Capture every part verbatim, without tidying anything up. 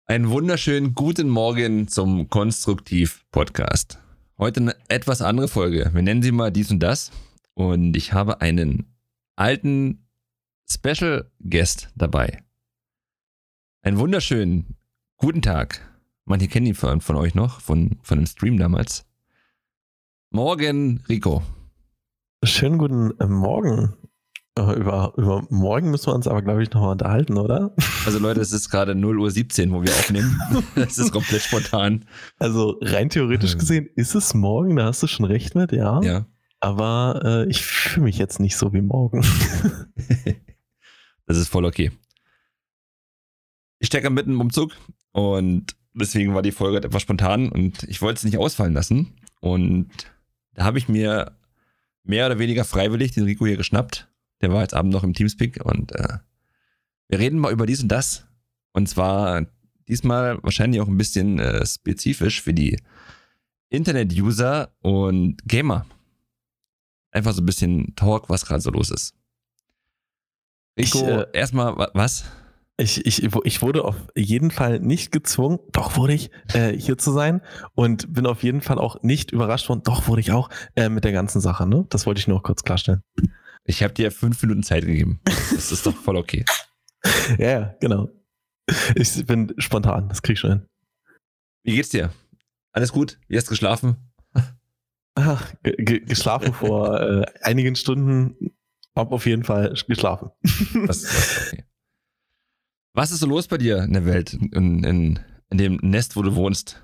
Einen wunderschönen guten Morgen zum Konstruktiv-Podcast. Heute eine etwas andere Folge. Wir nennen sie mal dies und das. Und ich habe einen alten Special Guest dabei. Einen wunderschönen guten Tag. Manche kennen ihn von, von euch noch, von, von dem Stream damals. Morgen, Rico. Schönen guten Morgen. Über, über morgen müssen wir uns aber, glaube ich, nochmal unterhalten, oder? Also Leute, es ist gerade null Uhr siebzehn, wo wir aufnehmen. Das ist komplett spontan. Also rein theoretisch gesehen ist es morgen, da hast du schon recht mit, ja. Ja. Aber äh, ich fühle mich jetzt nicht so wie morgen. Das ist voll okay. Ich stecke mitten im Umzug und deswegen war die Folge etwas spontan und ich wollte es nicht ausfallen lassen. Und da habe ich mir mehr oder weniger freiwillig den Rico hier geschnappt. Der war jetzt Abend noch im Teamspeak und äh, wir reden mal über dies und das. Und zwar diesmal wahrscheinlich auch ein bisschen äh, spezifisch für die Internet-User und Gamer. Einfach so ein bisschen Talk, was gerade so los ist. Rico, ich, äh, erstmal, was? Ich, ich, ich wurde auf jeden Fall nicht gezwungen, doch wurde ich, äh, hier zu sein und bin auf jeden Fall auch nicht überrascht worden, doch wurde ich auch äh, mit der ganzen Sache, ne? Das wollte ich nur kurz klarstellen. Ich habe dir fünf Minuten Zeit gegeben. Das ist doch voll okay. Ja, ja, genau. Ich bin spontan, das krieg ich schon hin. Wie geht's dir? Alles gut? Wie hast du geschlafen? Ach, ge- geschlafen vor äh, einigen Stunden, hab auf jeden Fall geschlafen. Das, das okay. Was ist so los bei dir in der Welt, in, in, in dem Nest, wo du wohnst?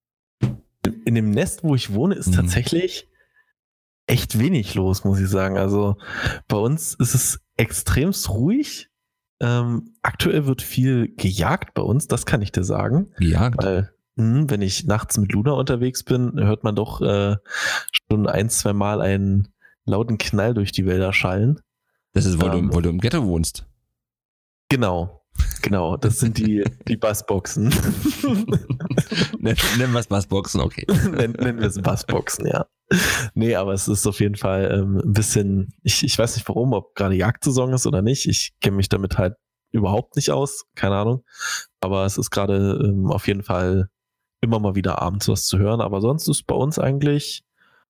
In dem Nest, wo ich wohne, ist mhm. tatsächlich echt wenig los, muss ich sagen. Also bei uns ist es extremst ruhig. Ähm, aktuell wird viel gejagt bei uns, das kann ich dir sagen. Gejagt? Weil, mh, wenn ich nachts mit Luna unterwegs bin, hört man doch äh, schon ein, zwei Mal einen lauten Knall durch die Wälder schallen. Das ist, weil, ähm, du, weil du im Ghetto wohnst. Genau. Genau, das sind die, die Bassboxen. Nennen wir es Bassboxen, okay. Nennen, nennen wir es Bassboxen, ja. Nee, aber es ist auf jeden Fall ähm, ein bisschen, ich, ich weiß nicht warum, ob gerade Jagdsaison ist oder nicht. Ich kenne mich damit halt überhaupt nicht aus, keine Ahnung. Aber es ist gerade ähm, auf jeden Fall immer mal wieder abends was zu hören. Aber sonst ist bei uns eigentlich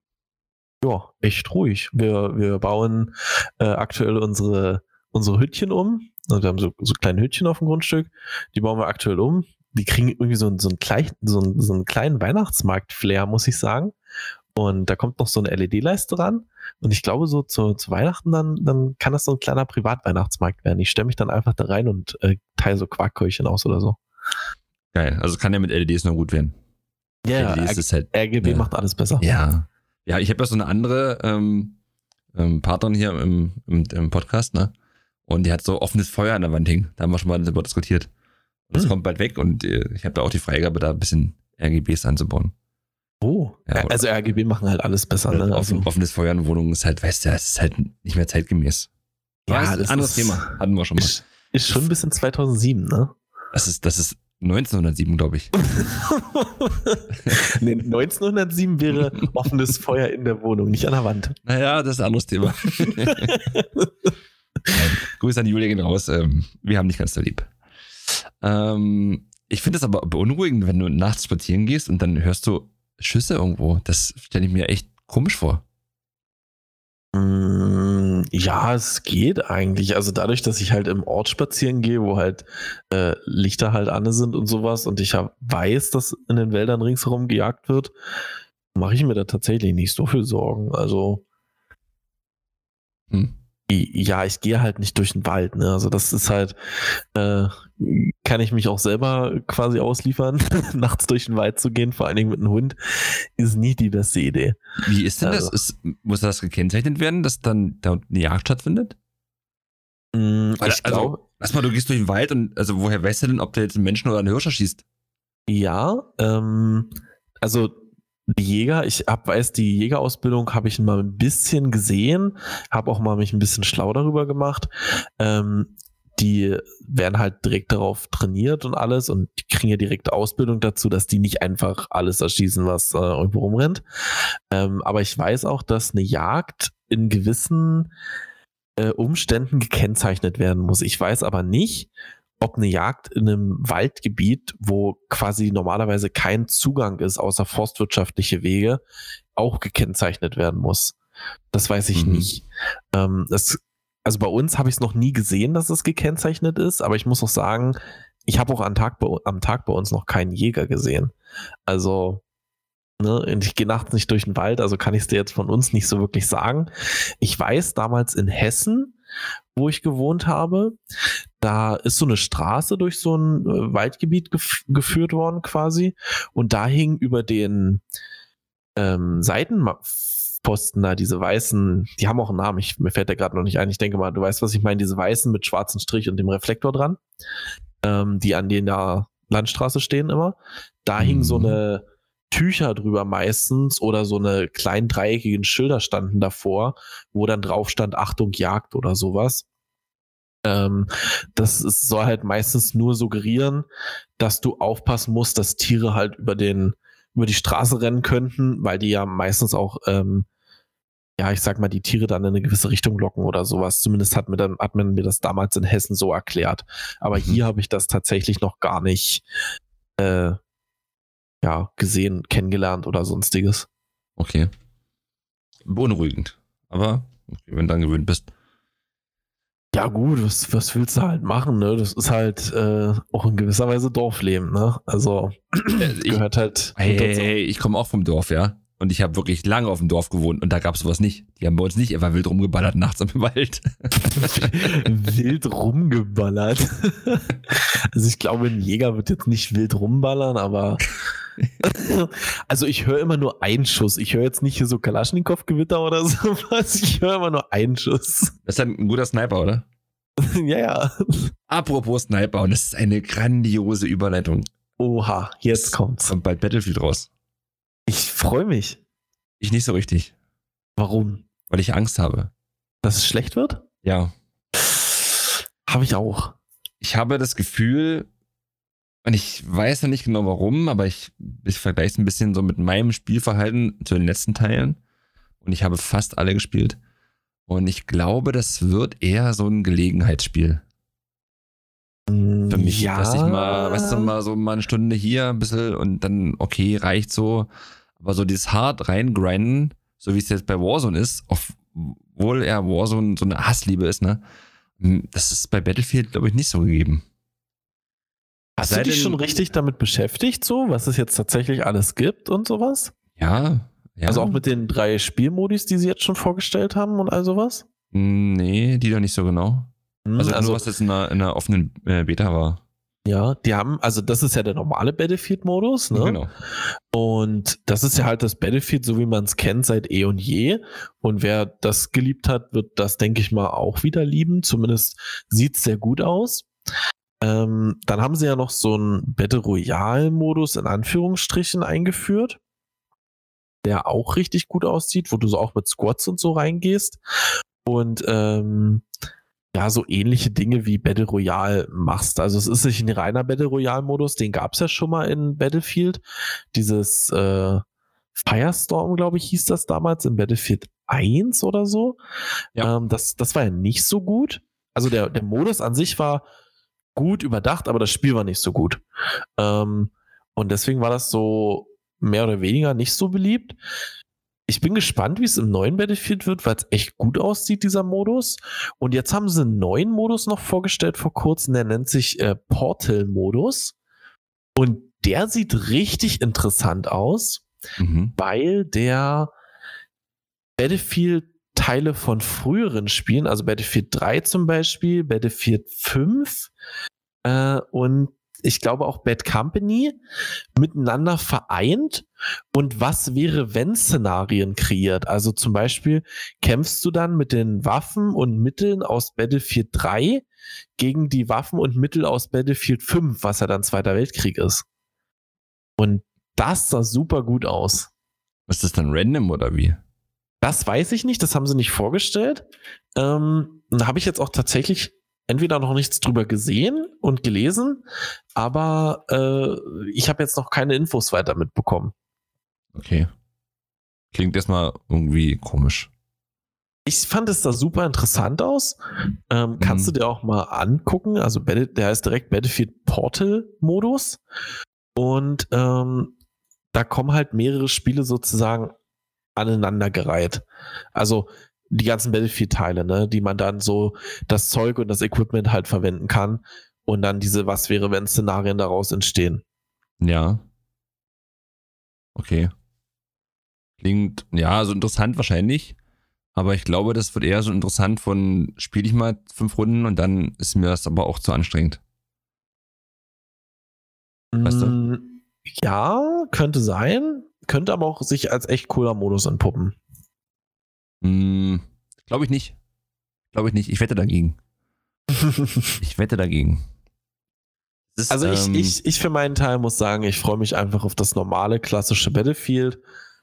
ja echt ruhig. Wir, wir bauen äh, aktuell unsere, unsere Hütchen um. Also wir haben so, so kleine Hütchen auf dem Grundstück, die bauen wir aktuell um. Die kriegen irgendwie so, so, einen, klein, so, einen, so einen kleinen Weihnachtsmarkt-Flair, muss ich sagen. Und da kommt noch so eine L E D-Leiste ran. Und ich glaube, so zu, zu Weihnachten dann, dann kann das so ein kleiner Privatweihnachtsmarkt werden. Ich stelle mich dann einfach da rein und äh, teile so Quarkkäulchen aus oder so. Geil, also kann ja mit L E Ds nur gut werden. Ja, yeah, halt, R G B ja. macht alles besser. Ja, ja, ich habe ja so eine andere ähm, ähm, Partnerin hier im, im, im Podcast, ne? Und die hat so offenes Feuer an der Wand hängen. Da haben wir schon mal darüber diskutiert. Und das hm. kommt bald weg und äh, ich habe da auch die Freigabe, da ein bisschen R G Bs anzubauen. Oh, ja, also R G B machen halt alles besser. Ne? Offen, also, offenes Feuer in Wohnungen ist halt, weißt du, es ist halt nicht mehr zeitgemäß. Ja, das ist ein anderes ist, Thema. Hatten wir schon mal. Ist, ist schon ein bisschen zweitausendsieben, ne? Das ist, das ist neunzehnhundertsieben, glaube ich. Nee, neunzehnhundertsieben wäre offenes Feuer in der Wohnung, nicht an der Wand. Naja, das ist ein anderes Thema. Grüße an Julia gehen raus. Ähm, wir haben dich ganz so lieb. Ähm, ich finde es aber beunruhigend, wenn du nachts spazieren gehst und dann hörst du Schüsse irgendwo. Das stelle ich mir echt komisch vor. Mm, ja, es geht eigentlich. Also dadurch, dass ich halt im Ort spazieren gehe, wo halt äh, Lichter halt an sind und sowas und ich hab, weiß, dass in den Wäldern ringsherum gejagt wird, mache ich mir da tatsächlich nicht so viel Sorgen. Also hm. Ja, ich gehe halt nicht durch den Wald, ne? Also das ist halt, äh, kann ich mich auch selber quasi ausliefern, nachts durch den Wald zu gehen, vor allen Dingen mit einem Hund, ist nie die beste Idee. Wie ist denn also, das? Ist, muss das gekennzeichnet werden, dass dann da eine Jagd stattfindet? Mh, Weil, ich also, glaub, lass mal, du gehst durch den Wald und also woher weißt du denn, ob der jetzt einen Menschen oder einen Hirscher schießt? Ja, ähm, also die Jäger, ich hab, weiß, die Jägerausbildung habe ich mal ein bisschen gesehen, habe auch mal mich ein bisschen schlau darüber gemacht. Ähm, die werden halt direkt darauf trainiert und alles und die kriegen ja direkte Ausbildung dazu, dass die nicht einfach alles erschießen, was äh, irgendwo rumrennt. Ähm, aber ich weiß auch, dass eine Jagd in gewissen äh, Umständen gekennzeichnet werden muss. Ich weiß aber nicht, ob eine Jagd in einem Waldgebiet, wo quasi normalerweise kein Zugang ist, außer forstwirtschaftliche Wege, auch gekennzeichnet werden muss. Das weiß ich mhm. nicht. Ähm, das, also bei uns habe ich es noch nie gesehen, dass es gekennzeichnet ist, aber ich muss auch sagen, ich habe auch am Tag, bei, am Tag bei uns noch keinen Jäger gesehen. Also, ne, ich gehe nachts nicht durch den Wald, also kann ich es dir jetzt von uns nicht so wirklich sagen. Ich weiß, damals in Hessen, wo ich gewohnt habe, da ist so eine Straße durch so ein äh, Waldgebiet gef- geführt worden quasi und da hing über den ähm, Seitenposten da diese weißen, die haben auch einen Namen, ich, mir fällt der gerade noch nicht ein, ich denke mal, du weißt, was ich meine, diese weißen mit schwarzen Strich und dem Reflektor dran, ähm, die an der Landstraße stehen immer, da mhm. hing so eine Tücher drüber meistens oder so eine kleinen dreieckigen Schilder standen davor, wo dann drauf stand, Achtung, Jagd oder sowas. Ähm, das ist, soll halt meistens nur suggerieren, dass du aufpassen musst, dass Tiere halt über den, über die Straße rennen könnten, weil die ja meistens auch, ähm, ja, ich sag mal, die Tiere dann in eine gewisse Richtung locken oder sowas. Zumindest hat mir dann, hat man mir das damals in Hessen so erklärt. Aber mhm. hier habe ich das tatsächlich noch gar nicht, äh, ja, gesehen, kennengelernt oder sonstiges. Okay. Beunruhigend. Aber okay, wenn du dann gewöhnt bist. Ja gut, was, was willst du halt machen, ne? Das ist halt äh, auch in gewisser Weise Dorfleben, ne? Also ich, gehört halt. Hey, hey, hey, ich komme auch vom Dorf, ja. Und ich habe wirklich lange auf dem Dorf gewohnt und da gab es sowas nicht. Die haben bei uns nicht einfach wild rumgeballert nachts im Wald. Wild rumgeballert? Also ich glaube, ein Jäger wird jetzt nicht wild rumballern, aber also ich höre immer nur einen Schuss. Ich höre jetzt nicht hier so Kalaschnikow-Gewitter oder sowas. Ich höre immer nur einen Schuss. Das ist ein guter Sniper, oder? Ja, ja. Apropos Sniper, und das ist eine grandiose Überleitung. Oha, jetzt kommt's. Kommt bald Battlefield raus. Ich freue mich. Ich nicht so richtig. Warum? Weil ich Angst habe. Dass es schlecht wird? Ja. Habe ich auch. Ich habe das Gefühl, und ich weiß noch nicht genau warum, aber ich, ich vergleiche es ein bisschen so mit meinem Spielverhalten zu den letzten Teilen. Und ich habe fast alle gespielt. Und ich glaube, das wird eher so ein Gelegenheitsspiel. Für mich, ja. Dass ich mal, weißt du, mal so mal eine Stunde hier ein bisschen und dann, okay, reicht so. Aber so dieses hart reingrinden, so wie es jetzt bei Warzone ist, obwohl ja Warzone so eine Hassliebe ist, ne? Das ist bei Battlefield, glaube ich, nicht so gegeben. Hast du dich schon richtig damit beschäftigt, so, was es jetzt tatsächlich alles gibt und sowas? Ja, ja. Also auch mit den drei Spielmodis, die sie jetzt schon vorgestellt haben und all sowas? Nee, die doch nicht so genau. Also, also nur was jetzt in einer, in einer offenen äh, Beta war. Ja, die haben, also das ist ja der normale Battlefield-Modus, ne? Genau. Und das ist ja halt das Battlefield, so wie man es kennt, seit eh und je. Und wer das geliebt hat, wird das, denke ich mal, auch wieder lieben. Zumindest sieht es sehr gut aus. Ähm, dann haben sie ja noch so einen Battle Royale-Modus in Anführungsstrichen eingeführt, der auch richtig gut aussieht, wo du so auch mit Squads und so reingehst. Und ähm, ja, so ähnliche Dinge wie Battle Royale machst. Also es ist nicht ein reiner Battle Royale-Modus, den gab es ja schon mal in Battlefield. Dieses äh, Firestorm, glaube ich, hieß das damals in Battlefield eins oder so. Ja. Ähm, das, das war ja nicht so gut. Also der, der Modus an sich war gut überdacht, aber das Spiel war nicht so gut. Ähm, und deswegen war das so mehr oder weniger nicht so beliebt. Ich bin gespannt, wie es im neuen Battlefield wird, weil es echt gut aussieht, dieser Modus. Und jetzt haben sie einen neuen Modus noch vorgestellt vor kurzem, der nennt sich äh, Portal-Modus. Und der sieht richtig interessant aus, mhm. weil der Battlefield-Teile von früheren Spielen, also Battlefield drei zum Beispiel, Battlefield fünf äh, und ich glaube auch Bad Company miteinander vereint und was wäre, wenn Szenarien kreiert. Also zum Beispiel kämpfst du dann mit den Waffen und Mitteln aus Battlefield drei gegen die Waffen und Mittel aus Battlefield fünf, was ja dann Zweiter Weltkrieg ist. Und das sah super gut aus. Ist das dann random oder wie? Das weiß ich nicht, das haben sie nicht vorgestellt. Ähm, da habe ich jetzt auch tatsächlich entweder noch nichts drüber gesehen und gelesen, aber äh, ich habe jetzt noch keine Infos weiter mitbekommen. Okay. Klingt erstmal irgendwie komisch. Ich fand es da super interessant aus. Ähm, mhm. Kannst du dir auch mal angucken. Also der heißt direkt Battlefield Portal-Modus. Und ähm, da kommen halt mehrere Spiele sozusagen aneinandergereiht. Also die ganzen Battlefield-Teile, ne, die man dann so das Zeug und das Equipment halt verwenden kann und dann diese Was wäre, wenn Szenarien daraus entstehen. Ja. Okay. Klingt, ja, so interessant wahrscheinlich. Aber ich glaube, das wird eher so interessant von, spiele ich mal fünf Runden und dann ist mir das aber auch zu anstrengend. Weißt du? Ja, könnte sein. Könnte aber auch sich als echt cooler Modus entpuppen. Hm, glaube ich nicht. Glaube ich nicht. Ich wette dagegen. ich wette dagegen. Ist, also ich, ähm, ich, ich für meinen Teil muss sagen, ich freue mich einfach auf das normale, klassische Battlefield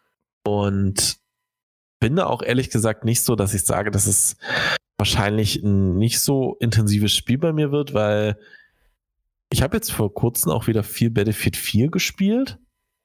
und bin da auch ehrlich gesagt nicht so, dass ich sage, dass es wahrscheinlich ein nicht so intensives Spiel bei mir wird, weil ich habe jetzt vor kurzem auch wieder viel Battlefield vier gespielt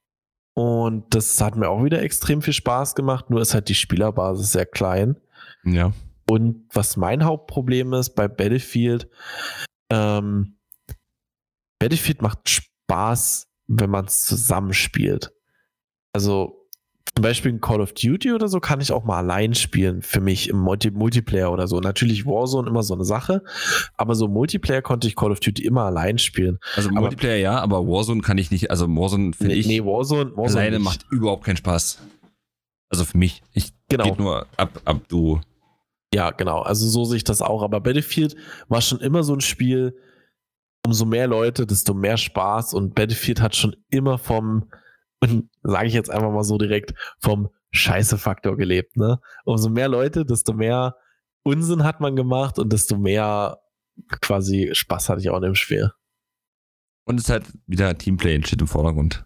und das hat mir auch wieder extrem viel Spaß gemacht, nur ist halt die Spielerbasis sehr klein. Ja. Und was mein Hauptproblem ist bei Battlefield, ähm, Battlefield macht Spaß, wenn man es zusammenspielt. Also zum Beispiel in Call of Duty oder so kann ich auch mal allein spielen, für mich im Multi- Multiplayer oder so. Natürlich Warzone immer so eine Sache, aber so Multiplayer konnte ich Call of Duty immer allein spielen. Also aber, Multiplayer ja, aber Warzone kann ich nicht, also Warzone finde nee, ich nee, Warzone, Warzone alleine nicht. Macht überhaupt keinen Spaß. Also für mich. Ich genau. Geht nur ab, ab du. Ja, genau. Also so sehe ich das auch. Aber Battlefield war schon immer so ein Spiel, umso mehr Leute, desto mehr Spaß. Und Battlefield hat schon immer vom, sage ich jetzt einfach mal so direkt, vom Scheiße-Faktor gelebt. Ne? Umso mehr Leute, desto mehr Unsinn hat man gemacht und desto mehr quasi Spaß hatte ich auch in dem Spiel. Und es ist halt wieder Teamplay steht im Vordergrund.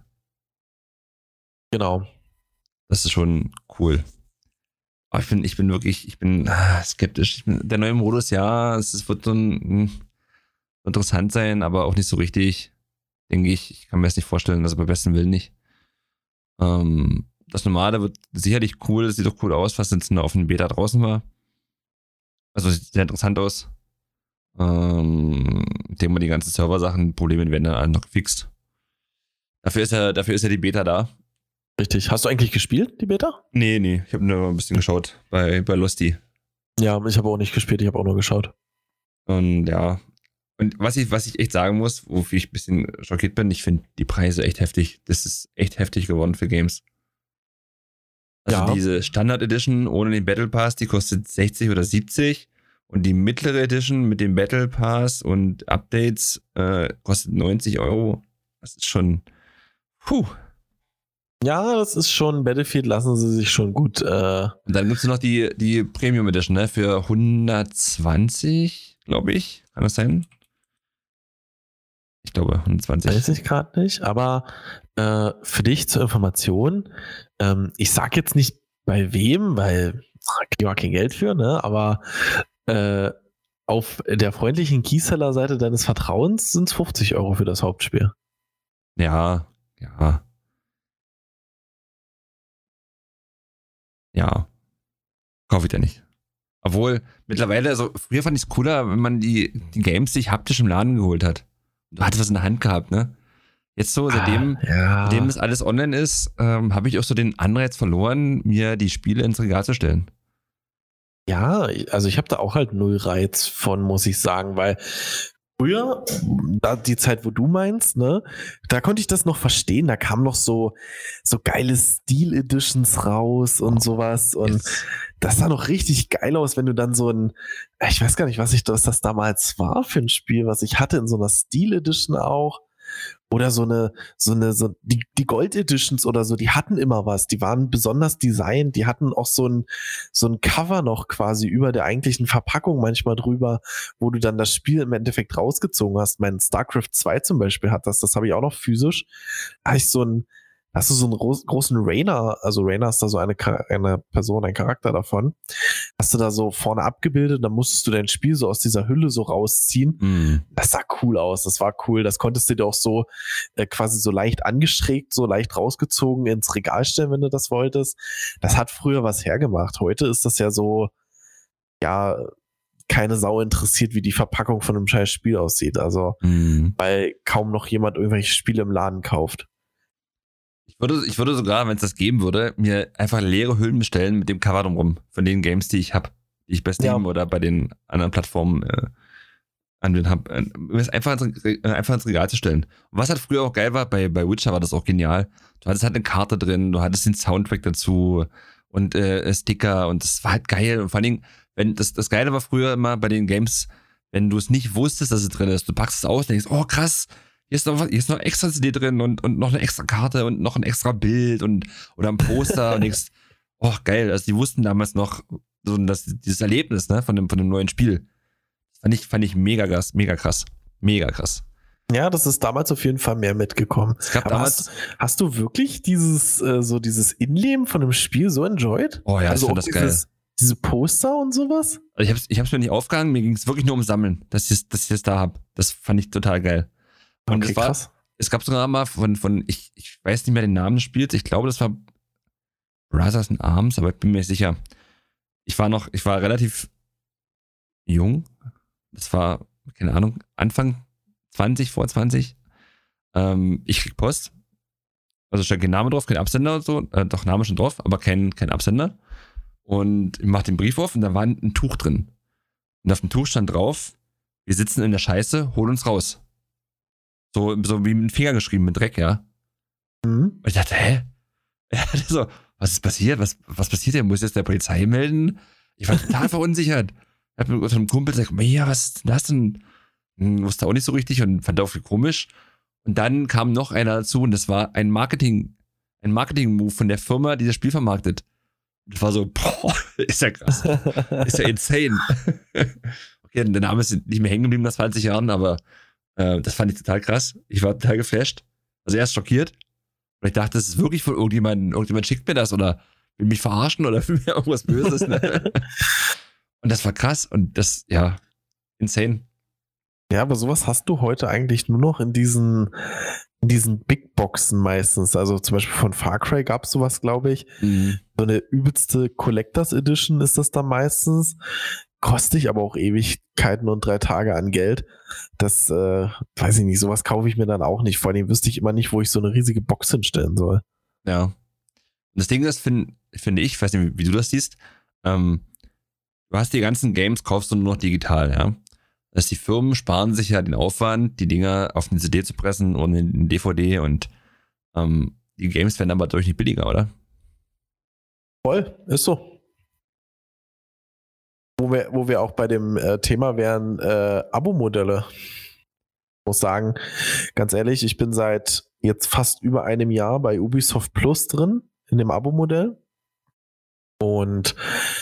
Genau. Das ist schon cool. Aber ich bin, ich bin wirklich, ich bin ah, skeptisch. Ich bin, der neue Modus, ja, es, es wird so ein, interessant sein, aber auch nicht so richtig, denke ich. Ich kann mir das nicht vorstellen, also bei besten Willen nicht. Ähm, das Normale wird sicherlich cool, das sieht doch cool aus, fast jetzt in der offenen Beta draußen war. Also sieht sehr interessant aus. Ähm, ich denke mal, die ganzen Server-Sachen, Probleme werden dann alle noch gefixt. Dafür ist ja, dafür ist ja die Beta da. Richtig. Hast du eigentlich gespielt, die Beta? Nee, nee. Ich habe nur ein bisschen geschaut bei, bei Losty. Ja, ich habe auch nicht gespielt, ich habe auch nur geschaut. Und ja. Und was ich, was ich echt sagen muss, wofür ich ein bisschen schockiert bin, ich finde die Preise echt heftig. Das ist echt heftig geworden für Games. Also ja. Diese Standard Edition ohne den Battle Pass, die kostet sechzig oder siebzig. Und die mittlere Edition mit dem Battle Pass und Updates äh, kostet neunzig Euro. Das ist schon. Puh. Ja, das ist schon, Battlefield lassen sie sich schon gut. Äh und dann gibt es noch die, die Premium Edition, ne? Für hundertzwanzig, glaube ich. Kann das sein? Ich glaube, hundertzwanzig. Weiß ich gerade nicht, aber äh, für dich zur Information, ähm, ich sag jetzt nicht bei wem, weil ich kriege kein Geld für, ne? Aber äh, auf der freundlichen Keyseller-Seite deines Vertrauens sind es fünfzig Euro für das Hauptspiel. Ja, ja. Ja, kaufe ich ja nicht. Obwohl, mittlerweile, also früher fand ich es cooler, wenn man die, die Games sich haptisch im Laden geholt hat. Du hattest was in der Hand gehabt, ne? Jetzt so, seitdem, ah, ja. seitdem das alles online ist, ähm, habe ich auch so den Anreiz verloren, mir die Spiele ins Regal zu stellen. Ja, also ich habe da auch halt null Reiz von, muss ich sagen, weil früher, da die Zeit, wo du meinst, ne, da konnte ich das noch verstehen. Da kamen noch so, so geile Steel-Editions raus und sowas. Und yes. Das sah noch richtig geil aus, wenn du dann so ein, ich weiß gar nicht, was ich was das damals war für ein Spiel, was ich hatte in so einer Steel-Edition auch. Oder so eine, so eine, so die, die Gold Editions oder so, die hatten immer was. Die waren besonders designt. Die hatten auch so ein, so ein Cover noch quasi über der eigentlichen Verpackung manchmal drüber, wo du dann das Spiel im Endeffekt rausgezogen hast. Mein StarCraft zwei zum Beispiel hat das. Das habe ich auch noch physisch. Da habe ich so ein, hast du so einen großen Raynor, also Raynor ist da so eine, eine Person, ein Charakter davon, hast du da so vorne abgebildet, dann musstest du dein Spiel so aus dieser Hülle so rausziehen. Mm. Das sah cool aus, das war cool, das konntest du dir auch so äh, quasi so leicht angestreckt, so leicht rausgezogen ins Regal stellen, wenn du das wolltest. Das hat früher was hergemacht. Heute ist das ja so, ja, keine Sau interessiert, wie die Verpackung von einem scheiß Spiel aussieht. Also, Mhm. weil kaum noch jemand irgendwelche Spiele im Laden kauft. Ich würde, ich würde sogar, wenn es das geben würde, mir einfach leere Hüllen bestellen mit dem Cover drumrum von den Games, die ich habe, die ich bei Steam Ja. oder bei den anderen Plattformen äh, anwenden habe. Äh, mir das einfach ins, Re- äh, einfach ins Regal zu stellen. Und was halt früher auch geil war, bei, bei Witcher war das auch genial. Du hattest halt eine Karte drin, du hattest den Soundtrack dazu und äh, Sticker und das war halt geil. Und vor allen Dingen, wenn das, das Geile war früher immer bei den Games, wenn du es nicht wusstest, dass es drin ist, du packst es aus und denkst, oh krass, hier ist noch was, hier ist noch extra C D drin und, und noch eine extra Karte und noch ein extra Bild und oder ein Poster und denkst, oh geil, also die wussten damals noch so das, dieses Erlebnis, ne, von dem, von dem neuen Spiel. Fand ich, fand ich mega krass, mega krass, mega krass. Ja, das ist damals auf jeden Fall mehr mitgekommen. Es gab Aber damals, hast, hast du wirklich dieses, äh, so dieses Inleben von dem Spiel so enjoyed? oh ja, Also ich fand auch das geil. dieses, diese Poster und sowas? Also ich hab's, ich hab's mir nicht aufgehangen, mir ging es wirklich nur ums Sammeln, dass ich, dass ich das da hab. Das fand ich total geil. Und Okay, es war, krass. es gab sogar mal von, von ich, ich weiß nicht mehr den Namen des Spiels, ich glaube, das war Brothers in Arms, aber ich bin mir nicht sicher. Ich war noch, ich war relativ jung. Das war, keine Ahnung, Anfang zwanzig, vor zwanzig. Ähm, ich krieg Post. Also stand kein Name drauf, kein Absender und so. Äh, doch, Name schon drauf, aber kein, kein Absender. Und ich mach den Brief auf und da war ein, ein Tuch drin. Und auf dem Tuch stand drauf, wir sitzen in der Scheiße, hol uns raus. So, so wie mit dem Finger geschrieben, mit Dreck, ja. Mhm. Und ich dachte, hä? Er hatte so, was ist passiert? Was, was passiert denn? Muss ich jetzt der Polizei melden? Ich war total verunsichert. Ich hab mit einem Kumpel gesagt, ja, was ist denn das denn? Hm, wusste auch nicht so richtig und fand auch viel komisch. Und dann kam noch einer dazu und das war ein Marketing, ein Marketing-Move von der Firma, die das Spiel vermarktet. Und das war so, boah, ist ja krass. Ist ja insane. Okay, der Name ist nicht mehr hängen geblieben nach zwanzig Jahren, aber äh, das fand ich total krass. Ich war total geflasht. Also erst schockiert. Und ich dachte, das ist wirklich von irgendjemandem, irgendjemand schickt mir das oder will mich verarschen oder will mir irgendwas Böses. Ne? Und das war krass und das, ja, insane. Ja, aber sowas hast du heute eigentlich nur noch in diesen, in diesen Big Boxen meistens. Also zum Beispiel von Far Cry gab es sowas, glaube ich. Mhm. So eine übelste Collectors Edition ist das dann meistens. Kostet ich aber auch Ewigkeiten und drei Tage an Geld. Das, äh, weiß ich nicht, sowas kaufe ich mir dann auch nicht. Vor allem wüsste ich immer nicht, wo ich so eine riesige Box hinstellen soll. Ja. Und das Ding ist, finde find ich, ich weiß nicht, wie, wie du das siehst, ähm, du hast die ganzen Games, kaufst du nur noch digital, ja. Dass die Firmen sparen sich ja den Aufwand, die Dinger auf eine C D zu pressen und in eine D V D und ähm, die Games werden aber dadurch nicht billiger, oder? Voll, ist so. Wo wir, wo wir auch bei dem äh, Thema wären, äh, Abo-Modelle. Ich muss sagen, ganz ehrlich, ich bin seit jetzt fast über einem Jahr bei Ubisoft Plus drin, in dem Abo-Modell. Und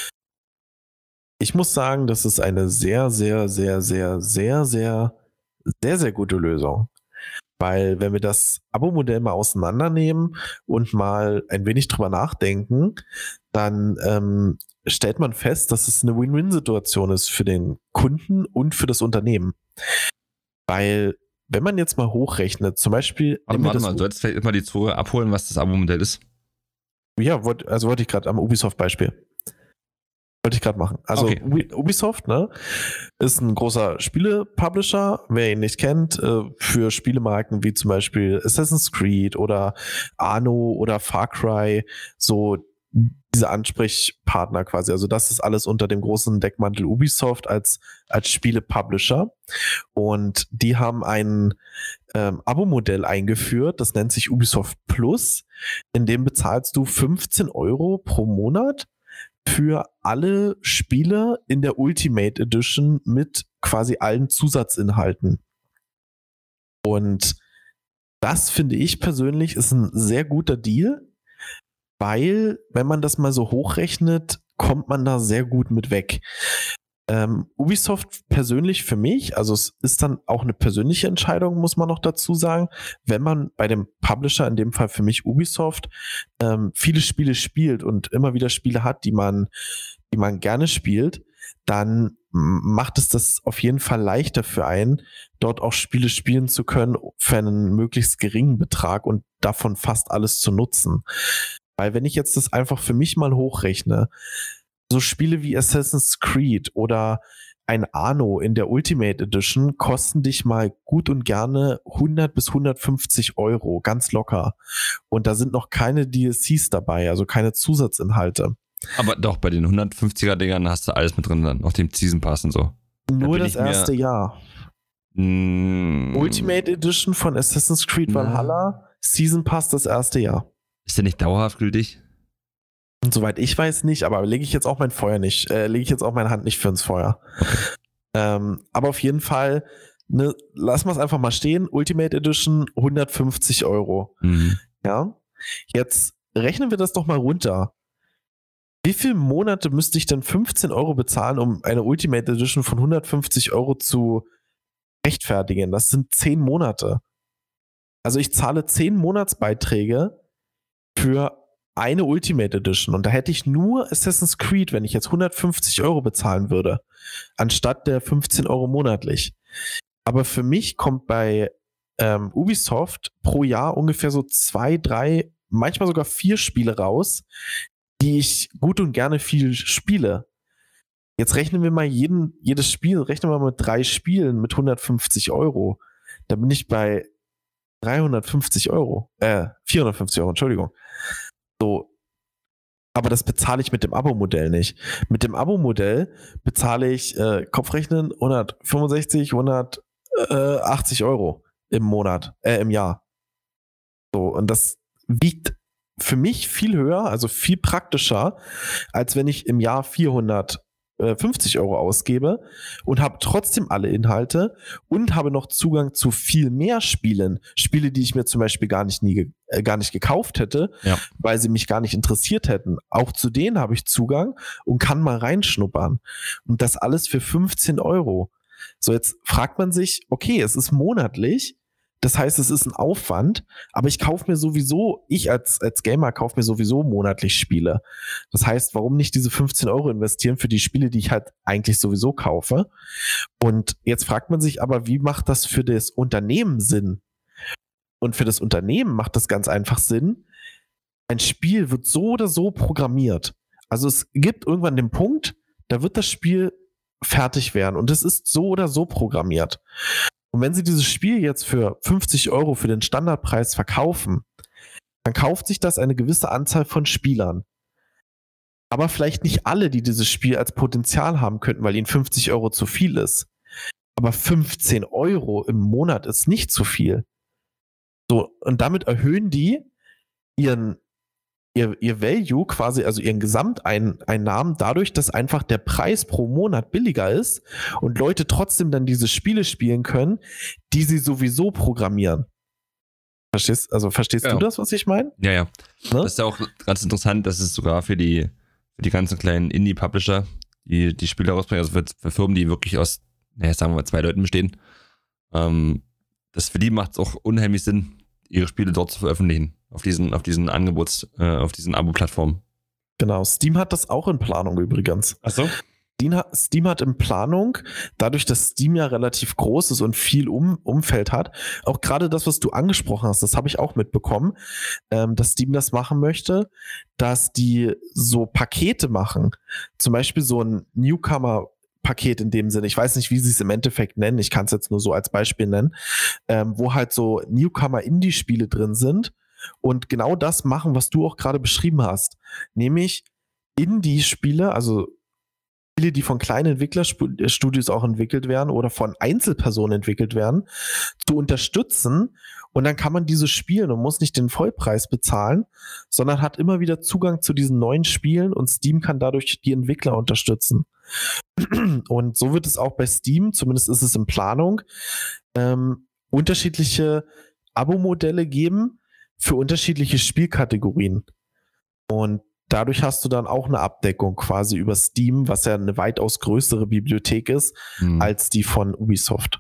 ich muss sagen, das ist eine sehr, sehr, sehr, sehr, sehr, sehr, sehr, sehr gute Lösung. Weil wenn wir das Abo-Modell mal auseinandernehmen und mal ein wenig drüber nachdenken, dann ähm, stellt man fest, dass es eine Win-Win-Situation ist für den Kunden und für das Unternehmen. Weil wenn man jetzt mal hochrechnet, zum Beispiel... Warte, warte mal, du solltest vielleicht mal die Zuhörer abholen, was das Abo-Modell ist. Ja, wollt, also wollte ich gerade am Ubisoft-Beispiel. Wollte ich gerade machen. Also Okay. Ubisoft, ne, ist ein großer Spiele-Publisher, wer ihn nicht kennt, äh, für Spielemarken wie zum Beispiel Assassin's Creed oder Anno oder Far Cry, so diese Ansprechpartner quasi. Also das ist alles unter dem großen Deckmantel Ubisoft als, als Spiele-Publisher. Und die haben ein ähm, Abo-Modell eingeführt, das nennt sich Ubisoft Plus. In dem bezahlst du fünfzehn Euro pro Monat für alle Spiele in der Ultimate Edition mit quasi allen Zusatzinhalten. Und das finde ich persönlich ist ein sehr guter Deal, weil, wenn man das mal so hochrechnet, kommt man da sehr gut mit weg. Ähm, Ubisoft persönlich für mich, also es ist dann auch eine persönliche Entscheidung, muss man noch dazu sagen, wenn man bei dem Publisher, in dem Fall für mich Ubisoft, ähm, viele Spiele spielt und immer wieder Spiele hat, die man, die man gerne spielt, dann macht es das auf jeden Fall leichter für einen, dort auch Spiele spielen zu können für einen möglichst geringen Betrag und davon fast alles zu nutzen. Weil wenn ich jetzt das einfach für mich mal hochrechne, so Spiele wie Assassin's Creed oder ein Anno in der Ultimate Edition kosten dich mal gut und gerne hundert bis hundertfünfzig Euro, ganz locker. Und da sind noch keine D L Cs dabei, also keine Zusatzinhalte. Aber doch, bei den hundertfünfziger-Dingern hast du alles mit drin dann, auch dem Season Pass und so. Nur das erste Jahr. Mm, Ultimate Edition von Assassin's Creed Valhalla, Season Pass das erste Jahr. Ist der nicht dauerhaft gültig? Und soweit ich weiß nicht, aber lege ich jetzt auch mein Feuer nicht, äh, lege ich jetzt auch meine Hand nicht für ins Feuer. Okay. Ähm, aber auf jeden Fall, ne, lassen wir es einfach mal stehen. Ultimate Edition hundertfünfzig Euro. Mhm. Ja. Jetzt rechnen wir das doch mal runter. Wie viele Monate müsste ich denn fünfzehn Euro bezahlen, um eine Ultimate Edition von hundertfünfzig Euro zu rechtfertigen? Das sind zehn Monate. Also ich zahle zehn Monatsbeiträge für eine Ultimate Edition und da hätte ich nur Assassin's Creed, wenn ich jetzt hundertfünfzig Euro bezahlen würde, anstatt der fünfzehn Euro monatlich. Aber für mich kommt bei ähm, Ubisoft pro Jahr ungefähr so zwei, drei, manchmal sogar vier Spiele raus, die ich gut und gerne viel spiele. Jetzt rechnen wir mal jeden, jedes Spiel, rechnen wir mal mit drei Spielen mit hundertfünfzig Euro. Da bin ich bei dreihundertfünfzig Euro, äh, vierhundertfünfzig Euro, Entschuldigung. So, aber das bezahle ich mit dem Abo-Modell nicht. Mit dem Abo-Modell bezahle ich äh, Kopfrechnen hundertfünfundsechzig, hundertachtzig Euro im Monat, äh, im Jahr. So, und das wiegt für mich viel höher, also viel praktischer, als wenn ich im Jahr vierhundertfünfzig Euro ausgebe und habe trotzdem alle Inhalte und habe noch Zugang zu viel mehr Spielen. Spiele, die ich mir zum Beispiel gar nicht, nie, äh, gar nicht gekauft hätte, Ja. weil sie mich gar nicht interessiert hätten. Auch zu denen habe ich Zugang und kann mal reinschnuppern. Und das alles für fünfzehn Euro. So, jetzt fragt man sich, okay, es ist monatlich, das heißt, es ist ein Aufwand, aber ich kaufe mir sowieso, ich als, als Gamer kaufe mir sowieso monatlich Spiele. Das heißt, warum nicht diese fünfzehn Euro investieren für die Spiele, die ich halt eigentlich sowieso kaufe? Und jetzt fragt man sich aber, wie macht das für das Unternehmen Sinn? Und für das Unternehmen macht das ganz einfach Sinn. Ein Spiel wird so oder so programmiert. Also es gibt irgendwann den Punkt, da wird das Spiel fertig werden und es ist so oder so programmiert. Und wenn sie dieses Spiel jetzt für fünfzig Euro für den Standardpreis verkaufen, dann kauft sich das eine gewisse Anzahl von Spielern. Aber vielleicht nicht alle, die dieses Spiel als Potenzial haben könnten, weil ihnen fünfzig Euro zu viel ist. Aber fünfzehn Euro im Monat ist nicht zu viel. So, und damit erhöhen die ihren, ihr, ihr Value quasi, also ihren Gesamteinnahmen dadurch, dass einfach der Preis pro Monat billiger ist und Leute trotzdem dann diese Spiele spielen können, die sie sowieso programmieren. Verstehst, also verstehst Ja. du das, was ich meine? Ja, ja. Ne? Das ist ja auch ganz interessant, dass es sogar für die, für die ganzen kleinen Indie-Publisher, die die Spiele rausbringen, also für, für Firmen, die wirklich aus, naja, sagen wir mal, zwei Leuten bestehen, ähm, das für die macht es auch unheimlich Sinn, ihre Spiele dort zu veröffentlichen. Auf diesen, auf diesen Angebots, äh, auf diesen Abo-Plattformen. Genau, Steam hat das auch in Planung übrigens. Ach so? Steam hat, Steam hat in Planung, dadurch, dass Steam ja relativ groß ist und viel um, Umfeld hat, auch gerade das, was du angesprochen hast, das habe ich auch mitbekommen, ähm, dass Steam das machen möchte, dass die so Pakete machen. Zum Beispiel so ein Newcomer-Paket in dem Sinne, ich weiß nicht, wie sie es im Endeffekt nennen, ich kann es jetzt nur so als Beispiel nennen, ähm, wo halt so Newcomer-Indie-Spiele drin sind und genau das machen, was du auch gerade beschrieben hast. Nämlich Indie-Spiele, also Spiele, die von kleinen Entwicklerstudios auch entwickelt werden oder von Einzelpersonen entwickelt werden, zu unterstützen. Und dann kann man diese spielen und muss nicht den Vollpreis bezahlen, sondern hat immer wieder Zugang zu diesen neuen Spielen und Steam kann dadurch die Entwickler unterstützen. Und so wird es auch bei Steam, zumindest ist es in Planung, ähm, unterschiedliche Abo-Modelle geben für unterschiedliche Spielkategorien. Und dadurch hast du dann auch eine Abdeckung quasi über Steam, was ja eine weitaus größere Bibliothek ist, Hm. als die von Ubisoft.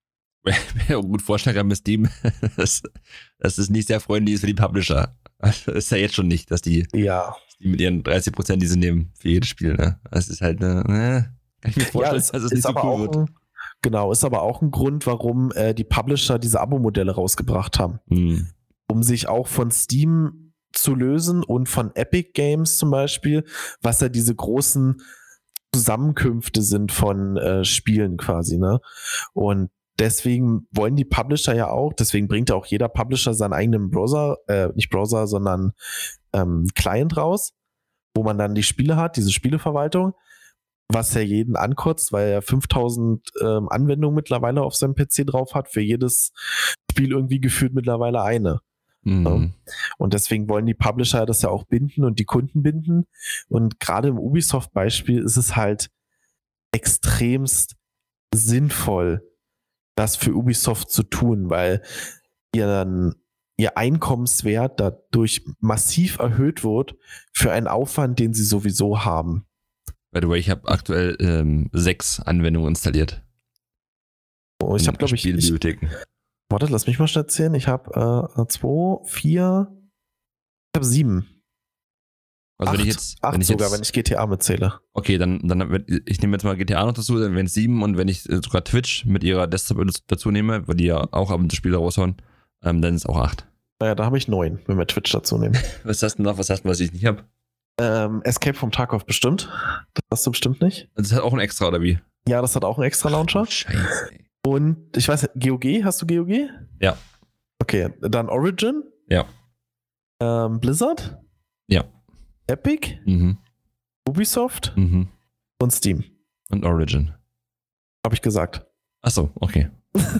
Ja, gut vorstellen kann mit Steam, dass, dass es nicht sehr freundlich ist für die Publisher. Also ist ja jetzt schon nicht, dass die, Ja. die mit ihren dreißig Prozent, die sie nehmen, für jedes Spiel, ne? Das ist halt eine, ne, kann ich mir vorstellen, Ja, es dass es ist nicht so aber cool auch wird. ein, genau, ist aber auch ein Grund, warum äh, die Publisher diese Abo-Modelle rausgebracht haben. Hm. Um sich auch von Steam zu lösen und von Epic Games zum Beispiel, was ja diese großen Zusammenkünfte sind von äh, Spielen quasi, ne? Und deswegen wollen die Publisher ja auch, deswegen bringt ja auch jeder Publisher seinen eigenen Browser, äh, nicht Browser, sondern ähm, Client raus, wo man dann die Spiele hat, diese Spieleverwaltung, was ja jeden ankotzt, weil er fünftausend ähm, Anwendungen mittlerweile auf seinem P C drauf hat, für jedes Spiel irgendwie gefühlt mittlerweile eine. Mhm. Ja. Und deswegen wollen die Publisher das ja auch binden und die Kunden binden. Und gerade im Ubisoft-Beispiel ist es halt extremst sinnvoll, das für Ubisoft zu tun, weil ihr dann ihr Einkommenswert dadurch massiv erhöht wird für einen Aufwand, den sie sowieso haben. By the way, ich habe aktuell ähm, sechs Anwendungen installiert. Oh, ich habe, glaube ich, ich, warte, lass mich mal schnell erzählen. Ich habe äh, zwei, vier, ich habe sieben. Also acht, wenn ich jetzt, acht wenn ich sogar, jetzt, wenn ich G T A mitzähle. Okay, dann, dann ich nehme jetzt mal G T A noch dazu, dann wären es sieben und wenn ich sogar Twitch mit ihrer Desktop dazu nehme, weil die ja auch ab und zu Spiele raushauen, ähm, dann ist es auch acht. Naja, da habe ich neun, wenn wir Twitch dazu nehmen. Was hast du noch? Was hast du, was ich nicht habe? Ähm, Escape from Tarkov bestimmt. Das hast du bestimmt nicht. Das hat auch ein Extra, oder wie? Ja, das hat auch einen extra Launcher. Ach, Scheiße, ey. Und ich weiß, G O G, hast du G O G? Ja. Okay, dann Origin? Ja. Ähm, Blizzard? Ja. Epic? Mhm. Ubisoft? Mhm. Und Steam. Und Origin. Habe ich gesagt. Achso, okay.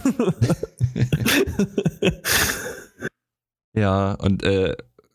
Ja, und äh,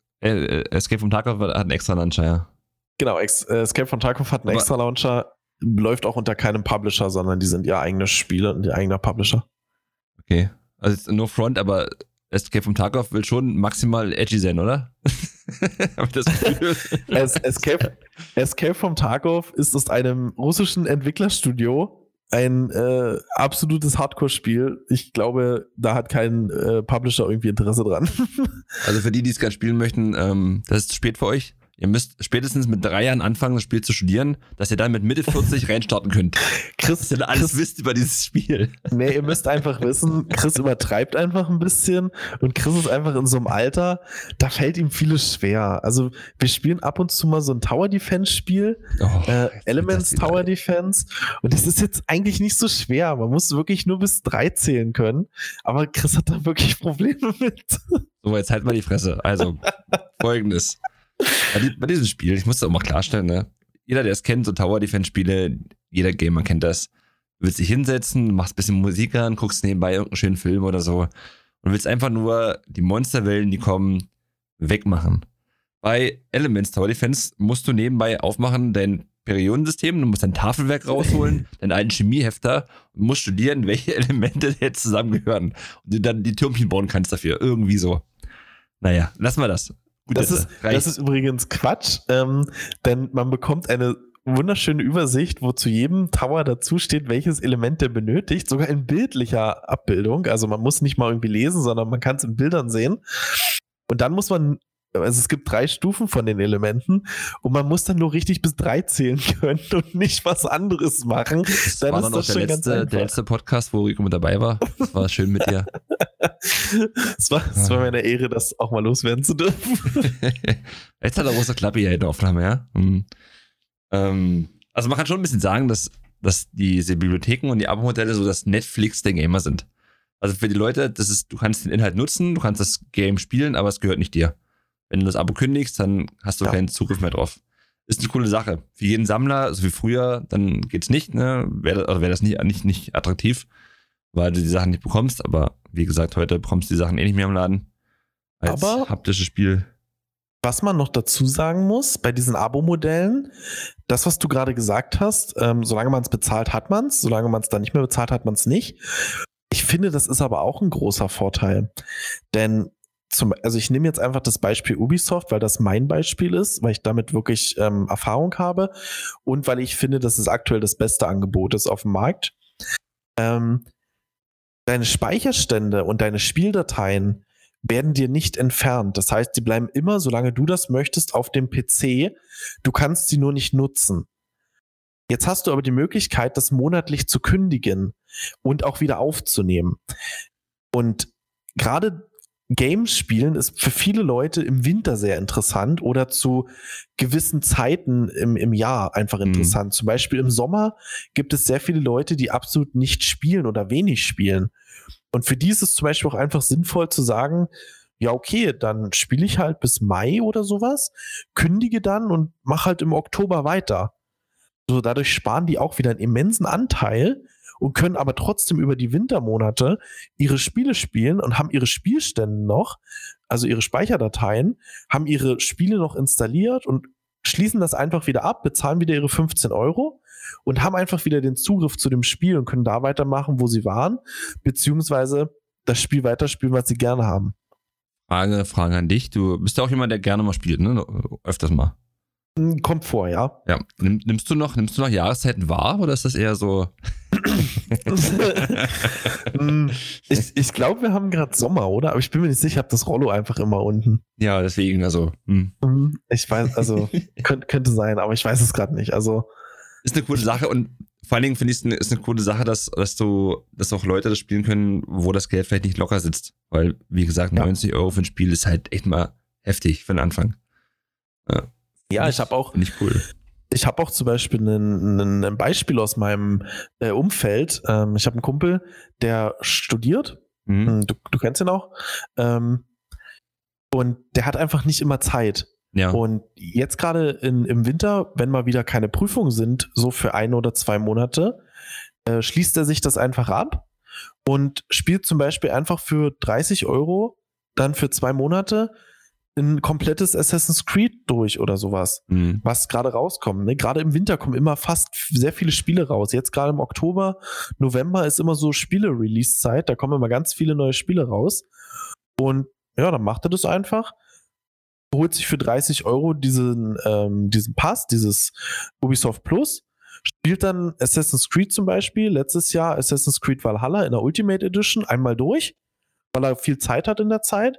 Escape from Tarkov hat einen extra Launcher, ja. Genau, Escape from Tarkov hat einen Aber extra Launcher, läuft auch unter keinem Publisher, sondern die sind ihr eigenes Spiel und ihr eigener Publisher. Okay. Also no front, aber Escape from Tarkov will schon maximal edgy sein, oder? Hab ich das Gefühl. Es, Escape, Escape from Tarkov ist aus einem russischen Entwicklerstudio ein äh, absolutes Hardcore-Spiel. Ich glaube, da hat kein äh, Publisher irgendwie Interesse dran. Also für die, die es gerade spielen möchten, ähm, das ist spät für euch. Ihr müsst spätestens mit drei Jahren anfangen, das Spiel zu studieren, dass ihr dann mit Mitte vierzig reinstarten könnt. Chris, dass ihr dann alles Chris, wisst über dieses Spiel. Nee, ihr müsst einfach wissen, Chris übertreibt einfach ein bisschen und Chris ist einfach in so einem Alter, da fällt ihm vieles schwer. Also wir spielen ab und zu mal so ein Tower-Defense-Spiel, Oh, äh, Elements Tower Defense, und das ist jetzt eigentlich nicht so schwer. Man muss wirklich nur bis drei zählen können, aber Chris hat da wirklich Probleme mit. So, jetzt halt mal die Fresse. Also, folgendes. Bei, die, bei diesem Spiel, ich muss das auch mal klarstellen, ne? Jeder, der es kennt, so Tower-Defense-Spiele, jeder Gamer kennt das. Du willst dich hinsetzen, machst ein bisschen Musik an, guckst nebenbei irgendeinen schönen Film oder so und willst einfach nur die Monsterwellen, die kommen, wegmachen. Bei Elements Tower Defense musst du nebenbei aufmachen dein Periodensystem, du musst dein Tafelwerk rausholen, deinen alten Chemiehefter und musst studieren, welche Elemente jetzt zusammengehören und du dann die Türmchen bauen kannst dafür. Irgendwie so. Naja, lassen wir das. Gut, das, ist, das ist übrigens Quatsch, ähm, denn man bekommt eine wunderschöne Übersicht, wo zu jedem Tower dazu steht, welches Element der benötigt, sogar in bildlicher Abbildung. Also man muss nicht mal irgendwie lesen, sondern man kann es in Bildern sehen. Und dann muss man, also es gibt drei Stufen von den Elementen und man muss dann nur richtig bis drei zählen können und nicht was anderes machen. Das dann war ist dann das auch schon der letzte, ganz der letzte Podcast, wo Rico mit dabei war. Das war schön mit dir. Es war, es war mir eine Ehre, das auch mal loswerden zu dürfen. Jetzt hat er große Klappe hier in der Aufnahme, ja. Hm. Ähm, also man kann schon ein bisschen sagen, dass, dass diese Bibliotheken und die Abo-Modelle so das Netflix der Gamer sind. Also für die Leute, das ist, du kannst den Inhalt nutzen, du kannst das Game spielen, aber es gehört nicht dir. Wenn du das Abo kündigst, dann hast du ja keinen Zugriff mehr drauf. Ist eine coole Sache. Für jeden Sammler, so wie früher, dann geht's nicht, ne? Wäre also wär das nicht, nicht, nicht attraktiv, weil du die Sachen nicht bekommst, aber wie gesagt, heute bekommst du die Sachen eh nicht mehr im Laden. Als aber haptisches Spiel. Was man noch dazu sagen muss, bei diesen Abo-Modellen, das, was du gerade gesagt hast, ähm, solange man es bezahlt, hat man es, solange man es dann nicht mehr bezahlt, hat man es nicht. Ich finde, das ist aber auch ein großer Vorteil. Denn zum, also ich nehme jetzt einfach das Beispiel Ubisoft, weil das mein Beispiel ist, weil ich damit wirklich ähm, Erfahrung habe und weil ich finde, dass es aktuell das beste Angebot ist auf dem Markt. Ähm, deine Speicherstände und deine Spieldateien werden dir nicht entfernt. Das heißt, die bleiben immer, solange du das möchtest, auf dem P C. Du kannst sie nur nicht nutzen. Jetzt hast du aber die Möglichkeit, das monatlich zu kündigen und auch wieder aufzunehmen. Und gerade Games spielen ist für viele Leute im Winter sehr interessant oder zu gewissen Zeiten im, im Jahr einfach interessant. Mhm. Zum Beispiel im Sommer gibt es sehr viele Leute, die absolut nicht spielen oder wenig spielen. Und für die ist es zum Beispiel auch einfach sinnvoll zu sagen, ja okay, dann spiele ich halt bis Mai oder sowas, kündige dann und mach halt im Oktober weiter. So, dadurch sparen die auch wieder einen immensen Anteil und können aber trotzdem über die Wintermonate ihre Spiele spielen und haben ihre Spielstände noch, also ihre Speicherdateien, haben ihre Spiele noch installiert und schließen das einfach wieder ab, bezahlen wieder ihre fünfzehn Euro und haben einfach wieder den Zugriff zu dem Spiel und können da weitermachen, wo sie waren, beziehungsweise das Spiel weiterspielen, was sie gerne haben. Frage, Frage an dich. Du bist ja auch jemand, der gerne mal spielt, ne? Öfters mal. Kommt vor, ja. Ja. Nimm, nimmst du noch, nimmst du noch Jahreszeiten wahr oder ist das eher so? ich ich glaube, wir haben gerade Sommer, oder? Aber ich bin mir nicht sicher, ich habe das Rollo einfach immer unten. Ja, deswegen, also. Hm. Ich weiß, also, könnte, könnte sein, aber ich weiß es gerade nicht. Also. Ist eine coole Sache und vor allen Dingen finde ich es eine, ist eine coole Sache, dass, dass du, dass auch Leute das spielen können, wo das Geld vielleicht nicht locker sitzt. Weil, wie gesagt, neunzig ja. Euro für ein Spiel ist halt echt mal heftig für den Anfang. Ja. Ja, ich habe auch, nicht cool. Ich habe auch zum Beispiel ein, ein Beispiel aus meinem äh, Umfeld. Ähm, ich habe einen Kumpel, der studiert. Mhm. Du, du kennst ihn auch. Ähm, und der hat einfach nicht immer Zeit. Ja. Und jetzt gerade im Winter, wenn mal wieder keine Prüfungen sind, so für ein oder zwei Monate, äh, schließt er sich das einfach ab und spielt zum Beispiel einfach für dreißig Euro dann für zwei Monate ein komplettes Assassin's Creed durch oder sowas, mhm. was gerade rauskommt. Ne? Gerade im Winter kommen immer fast sehr viele Spiele raus. Jetzt gerade im Oktober, November ist immer so Spiele-Release-Zeit, da kommen immer ganz viele neue Spiele raus. Und ja, dann macht er das einfach, holt sich für dreißig Euro diesen, ähm, diesen Pass, dieses Ubisoft Plus, spielt dann Assassin's Creed zum Beispiel, letztes Jahr Assassin's Creed Valhalla in der Ultimate Edition einmal durch, weil er viel Zeit hat in der Zeit.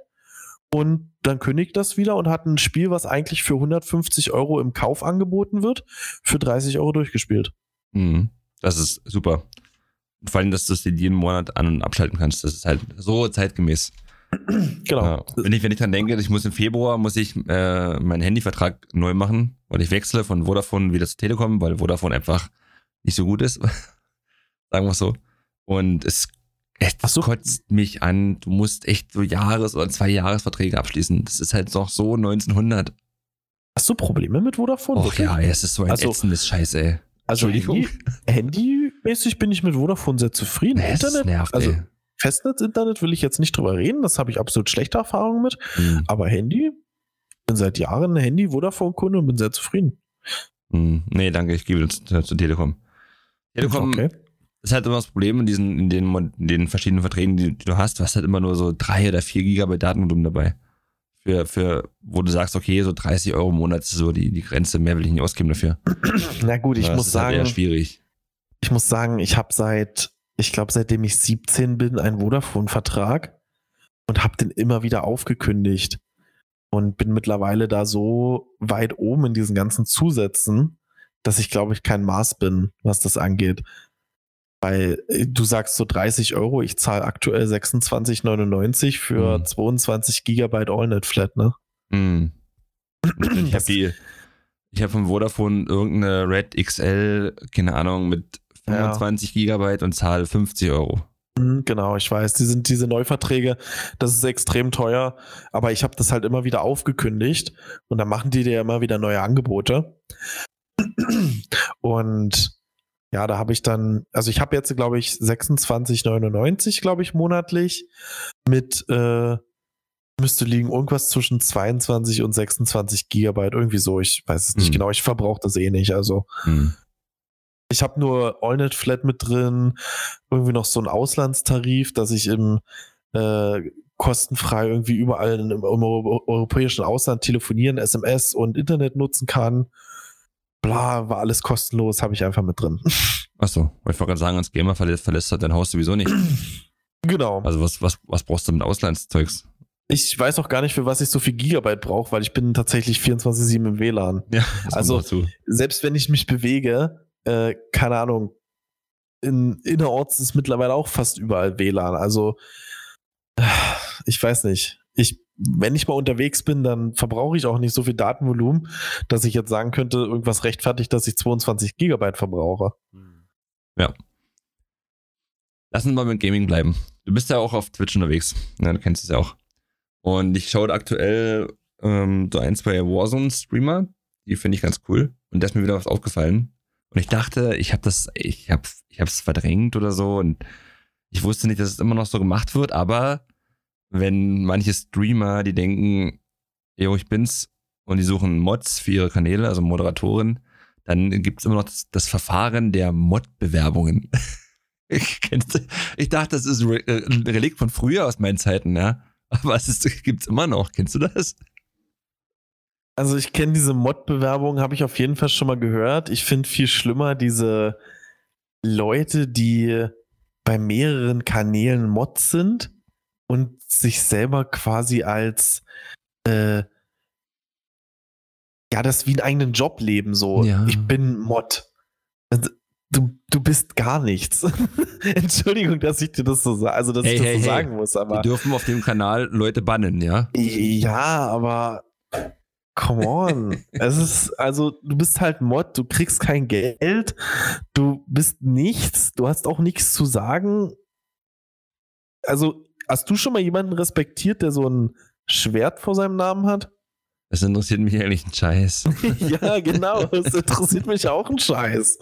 Und dann kündigt das wieder und hat ein Spiel, was eigentlich für hundertfünfzig Euro im Kauf angeboten wird, für dreißig Euro durchgespielt. Mhm. Das ist super. Vor allem, dass du es jeden Monat an- und abschalten kannst. Das ist halt so zeitgemäß. Genau. Ja. Wenn ich, wenn ich dran denke, ich muss im Februar muss ich äh, meinen Handyvertrag neu machen, weil ich wechsle von Vodafone wieder zu Telekom, weil Vodafone einfach nicht so gut ist. Sagen wir es so. Und es Es so. kotzt mich an, du musst echt so Jahres- oder zwei Jahresverträge abschließen. Das ist halt noch so neunzehnhundert. Hast du Probleme mit Vodafone? Och ja, es ist so ein also, ätzendes Scheiß, ey. Also Handy, Handymäßig bin ich mit Vodafone sehr zufrieden. Nee, Internet, nervt, also ey. Festnetz-Internet will ich jetzt nicht drüber reden, das habe ich absolut schlechte Erfahrungen mit. Hm. Aber Handy, ich bin seit Jahren ein Handy-Vodafone-Kunde und bin sehr zufrieden. Hm. Nee, danke, ich gebe das zu, zu Telekom. Telekom okay. ist halt immer das Problem in diesen, in den, in den verschiedenen Verträgen, die, die du hast. Du hast halt immer nur so drei oder vier Gigabyte Datenvolumen dabei. Für, für, wo du sagst, okay, so dreißig Euro im Monat ist so die, die Grenze, mehr will ich nicht ausgeben dafür. Na gut, ich das muss ist sagen, halt eher schwierig. Ich muss sagen, ich habe seit, ich glaube, seitdem ich siebzehn bin, einen Vodafone-Vertrag und habe den immer wieder aufgekündigt und bin mittlerweile da so weit oben in diesen ganzen Zusätzen, dass ich, glaube ich, kein Maß bin, was das angeht. Weil du sagst so dreißig Euro, ich zahle aktuell sechsundzwanzig neunundneunzig für hm. zweiundzwanzig Gigabyte AllNet-Flat, ne? Hm. Ich habe die, ich habe von Vodafone irgendeine Red X L, keine Ahnung, mit fünfundzwanzig ja. Gigabyte und zahle fünfzig Euro. Genau, ich weiß, die sind diese Neuverträge, das ist extrem teuer, aber ich habe das halt immer wieder aufgekündigt und dann machen die dir immer wieder neue Angebote. Und ja, da habe ich dann, also ich habe jetzt, glaube ich, sechsundzwanzig neunundneunzig, glaube ich, monatlich mit, äh, müsste liegen irgendwas zwischen zweiundzwanzig und sechsundzwanzig Gigabyte, irgendwie so, ich weiß es nicht hm. genau, ich verbrauche das eh nicht, also hm. ich habe nur AllNet-Flat mit drin, irgendwie noch so einen Auslandstarif, dass ich im äh, kostenfrei irgendwie überall im, im europäischen Ausland telefonieren, S M S und Internet nutzen kann. Bla, war alles kostenlos, habe ich einfach mit drin. Achso, weil ich wollte gerade sagen, als Gamer verlässt, verlässt dein Haus sowieso nicht. Genau. Also was, was, was brauchst du mit Auslandszeugs? Ich weiß auch gar nicht, für was ich so viel Gigabyte brauche, weil ich bin tatsächlich vierundzwanzig sieben im W L A N. Ja, also selbst wenn ich mich bewege, äh, keine Ahnung, in, innerorts ist mittlerweile auch fast überall W L A N. Also ich weiß nicht. ich, wenn ich mal unterwegs bin, dann verbrauche ich auch nicht so viel Datenvolumen, dass ich jetzt sagen könnte, irgendwas rechtfertigt, dass ich zweiundzwanzig Gigabyte verbrauche. Ja. Lass uns mal mit Gaming bleiben. Du bist ja auch auf Twitch unterwegs. Ja, du kennst es ja auch. Und ich schaue aktuell ähm, so ein, zwei Warzone-Streamer. Die finde ich ganz cool. Und da ist mir wieder was aufgefallen. Und ich dachte, ich habe das, ich habe ich es verdrängt oder so. Und ich wusste nicht, dass es immer noch so gemacht wird. Aber wenn manche Streamer, die denken, yo, ich bin's, und die suchen Mods für ihre Kanäle, also Moderatoren, dann gibt es immer noch das, das Verfahren der Mod-Bewerbungen. Ich, ich dachte, das ist ein Relikt von früher aus meinen Zeiten, ja. Aber es gibt es immer noch. Kennst du das? Also ich kenne diese Mod-Bewerbung, habe ich auf jeden Fall schon mal gehört. Ich finde viel schlimmer diese Leute, die bei mehreren Kanälen Mods sind und sich selber quasi als äh, ja, das wie einen eigenen Job leben, so. Ja. Ich bin Mod. Du, du bist gar nichts. Entschuldigung, dass ich dir das so sage, also dass hey, ich das hey, so hey. sagen muss, aber. Wir dürfen auf dem Kanal Leute bannen, ja? Ja, aber come on. Es ist, also, du bist halt Mod, du kriegst kein Geld, du bist nichts, du hast auch nichts zu sagen. Also, hast du schon mal jemanden respektiert, der so ein Schwert vor seinem Namen hat? Das interessiert mich eigentlich ein Scheiß. Ja, genau. Das interessiert mich auch ein Scheiß.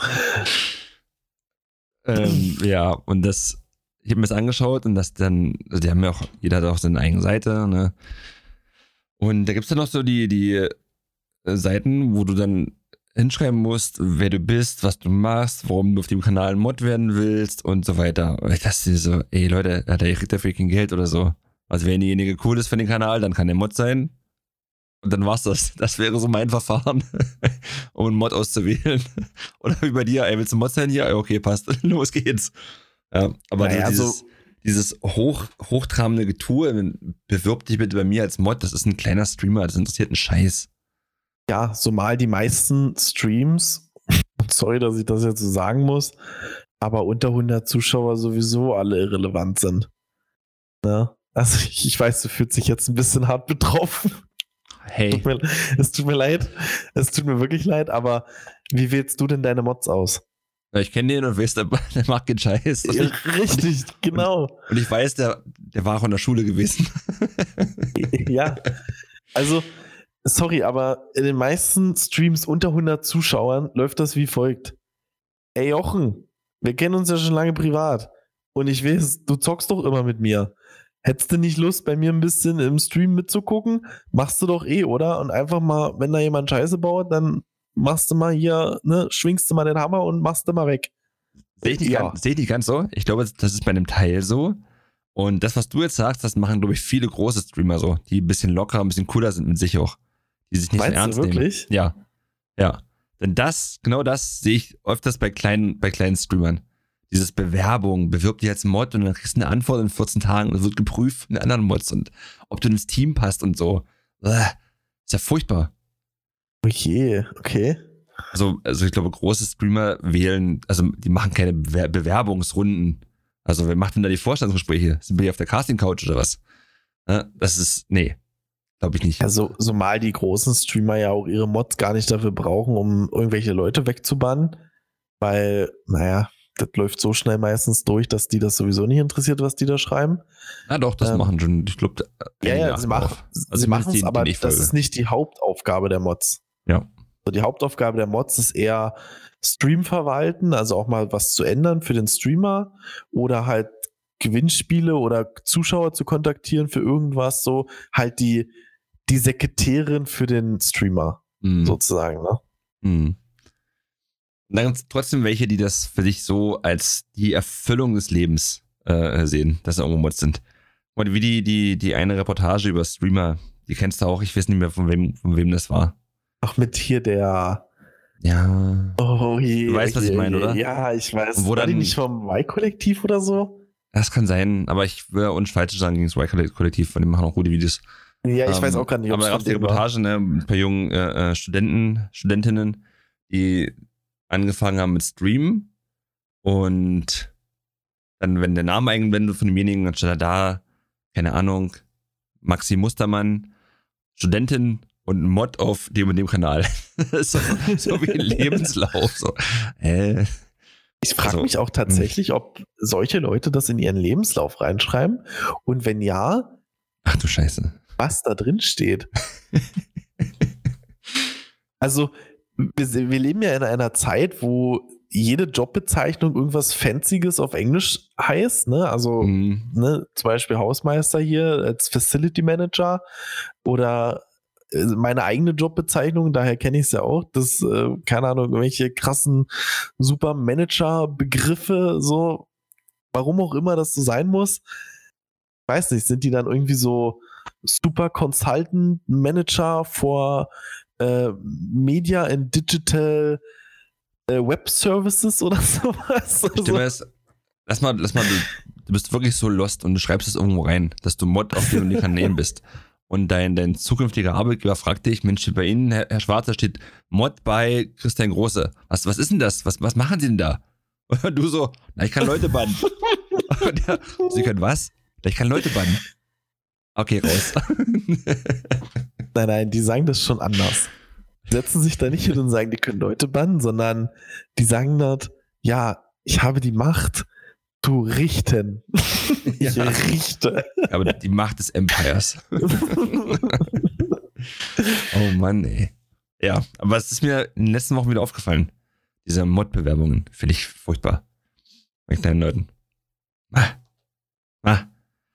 ähm, ja, und das, ich habe mir das angeschaut und das dann, also die haben ja auch, jeder hat auch seine eigene Seite, ne? Und da gibt es dann noch so die, die Seiten, wo du dann hinschreiben musst, wer du bist, was du machst, warum du auf dem Kanal ein Mod werden willst und so weiter. Und ich dachte so, ey Leute, der kriegt dafür kein Geld oder so. Also wenn derjenige cool ist für den Kanal, dann kann der Mod sein. Und dann war's das. Das wäre so mein Verfahren, um einen Mod auszuwählen. Oder wie bei dir, ey, willst du Mod sein hier? Okay, passt. Los geht's. Ja, aber naja, dieses, so dieses hoch, hochtrabende Getue, bewirb dich bitte bei mir als Mod, das ist ein kleiner Streamer, das interessiert einen Scheiß. Ja, zumal die meisten Streams, sorry, dass ich das jetzt so sagen muss, aber unter hundert Zuschauer sowieso alle irrelevant sind. Ne? Also ich, ich weiß, du fühlst dich jetzt ein bisschen hart betroffen. Hey. Tut mir, es tut mir leid, es tut mir wirklich leid, aber wie wählst du denn deine Mods aus? Ja, ich kenne den und weiß, der, der macht keinen Scheiß. Ja, richtig, und ich, genau. Und, und ich weiß, der, der war auch in der Schule gewesen. Ja, also sorry, aber in den meisten Streams unter hundert Zuschauern läuft das wie folgt. Ey Jochen, wir kennen uns ja schon lange privat und ich weiß, du zockst doch immer mit mir. Hättest du nicht Lust, bei mir ein bisschen im Stream mitzugucken? Machst du doch eh, oder? Und einfach mal, wenn da jemand Scheiße baut, dann machst du mal hier, ne, schwingst du mal den Hammer und machst du mal weg. Sehe ich, nicht Ja. ganz- seh ich nicht ganz so. Ich glaube, das ist bei einem Teil so. Und das, was du jetzt sagst, das machen, glaube ich, viele große Streamer so, die ein bisschen lockerer, ein bisschen cooler sind mit sich auch. Die sich nicht Meinst so ernst du wirklich? nehmen. Ja. Ja. Denn das, genau das sehe ich öfters bei kleinen, bei kleinen Streamern. Dieses Bewerbung, bewirb dich als Mod und dann kriegst du eine Antwort in vierzehn Tagen und es wird geprüft in anderen Mods und ob du ins Team passt und so. Uah, ist ja furchtbar. Okay, okay. Also, also ich glaube, große Streamer wählen, also die machen keine Bewer- Bewerbungsrunden. Also wer macht denn da die Vorstandsgespräche? Sind wir hier auf der Casting-Couch oder was? Ja, das ist, nee, glaube ich nicht. Also, zumal die großen Streamer ja auch ihre Mods gar nicht dafür brauchen, um irgendwelche Leute wegzubannen, weil, naja, das läuft so schnell meistens durch, dass die das sowieso nicht interessiert, was die da schreiben. Ja doch, das ähm, machen schon, ich glaube, Ja, ja, sie machen sie machen es, aber das ist nicht die Hauptaufgabe der Mods. Ja. Also die Hauptaufgabe der Mods ist eher Stream verwalten, also auch mal was zu ändern für den Streamer oder halt Gewinnspiele oder Zuschauer zu kontaktieren für irgendwas, so halt die, die Sekretärin für den Streamer Mhm. sozusagen, ne? Mhm. Und dann gibt es trotzdem welche, die das für sich so als die Erfüllung des Lebens äh, sehen, dass sie irgendwo Mods sind. Und wie die, die, die eine Reportage über Streamer, die kennst du auch, ich weiß nicht mehr, von wem, von wem das war. Ach, mit hier der. Ja. Oh je. Du weißt, was je, ich meine, je. oder? Ja, ich weiß. Und wo War dann- die nicht vom Y-Kollektiv oder so? Das kann sein, aber ich will uns falsch sagen gegen das Y-Kollektiv, von dem machen auch gute Videos. Ja, ich Ähm, weiß auch gar nicht, ob es Aber von auf der dem war. Reportage, ne, ein paar jungen äh, äh, Studenten, Studentinnen, die angefangen haben mit Streamen und dann, wenn der Name eingeblendet von demjenigen, dann stand da, keine Ahnung, Maxi Mustermann, Studentin und ein Mod auf dem und dem Kanal. so, so wie ein Lebenslauf. So. Äh, Ich frage also, mich auch tatsächlich, ob solche Leute das in ihren Lebenslauf reinschreiben und wenn ja, ach du Scheiße. was da drin steht. Also, wir, wir leben ja in einer Zeit, wo jede Jobbezeichnung irgendwas Fancyes auf Englisch heißt, ne? Also, Mhm. ne, zum Beispiel Hausmeister hier als Facility Manager oder äh, meine eigene Jobbezeichnung, daher kenne ich es ja auch, das, äh, keine Ahnung, irgendwelche krassen Super-Manager-Begriffe, so, warum auch immer das so sein muss. Ich weiß nicht, sind die dann irgendwie so Super Consultant Manager for äh, Media and Digital äh, Web Services oder sowas? Stimme ist, lass mal, lass mal, du, du bist wirklich so lost und du schreibst es irgendwo rein, dass du Mod auf dem und den Kanälen bist. Und dein, dein zukünftiger Arbeitgeber fragt dich, Mensch, bei Ihnen, Herr, Herr Schwarzer, steht Mod bei Christian Große. Was, was ist denn das? Was, was machen Sie denn da? Und du so, na, ich kann Leute bannen. Und der, Sie können was? Na, ich kann Leute bannen. Okay, raus. Nein, nein, die sagen das schon anders. Die setzen sich da nicht hin und sagen, die können Leute bannen, sondern die sagen dort, ja, ich habe die Macht zu richten. Ich Ja. richte. Aber die Macht des Empires. Oh Mann, ey. Ja, aber es ist mir in den letzten Wochen wieder aufgefallen. Diese Mod-Bewerbungen finde ich furchtbar. Bei kleinen Leuten. Ah. Ah.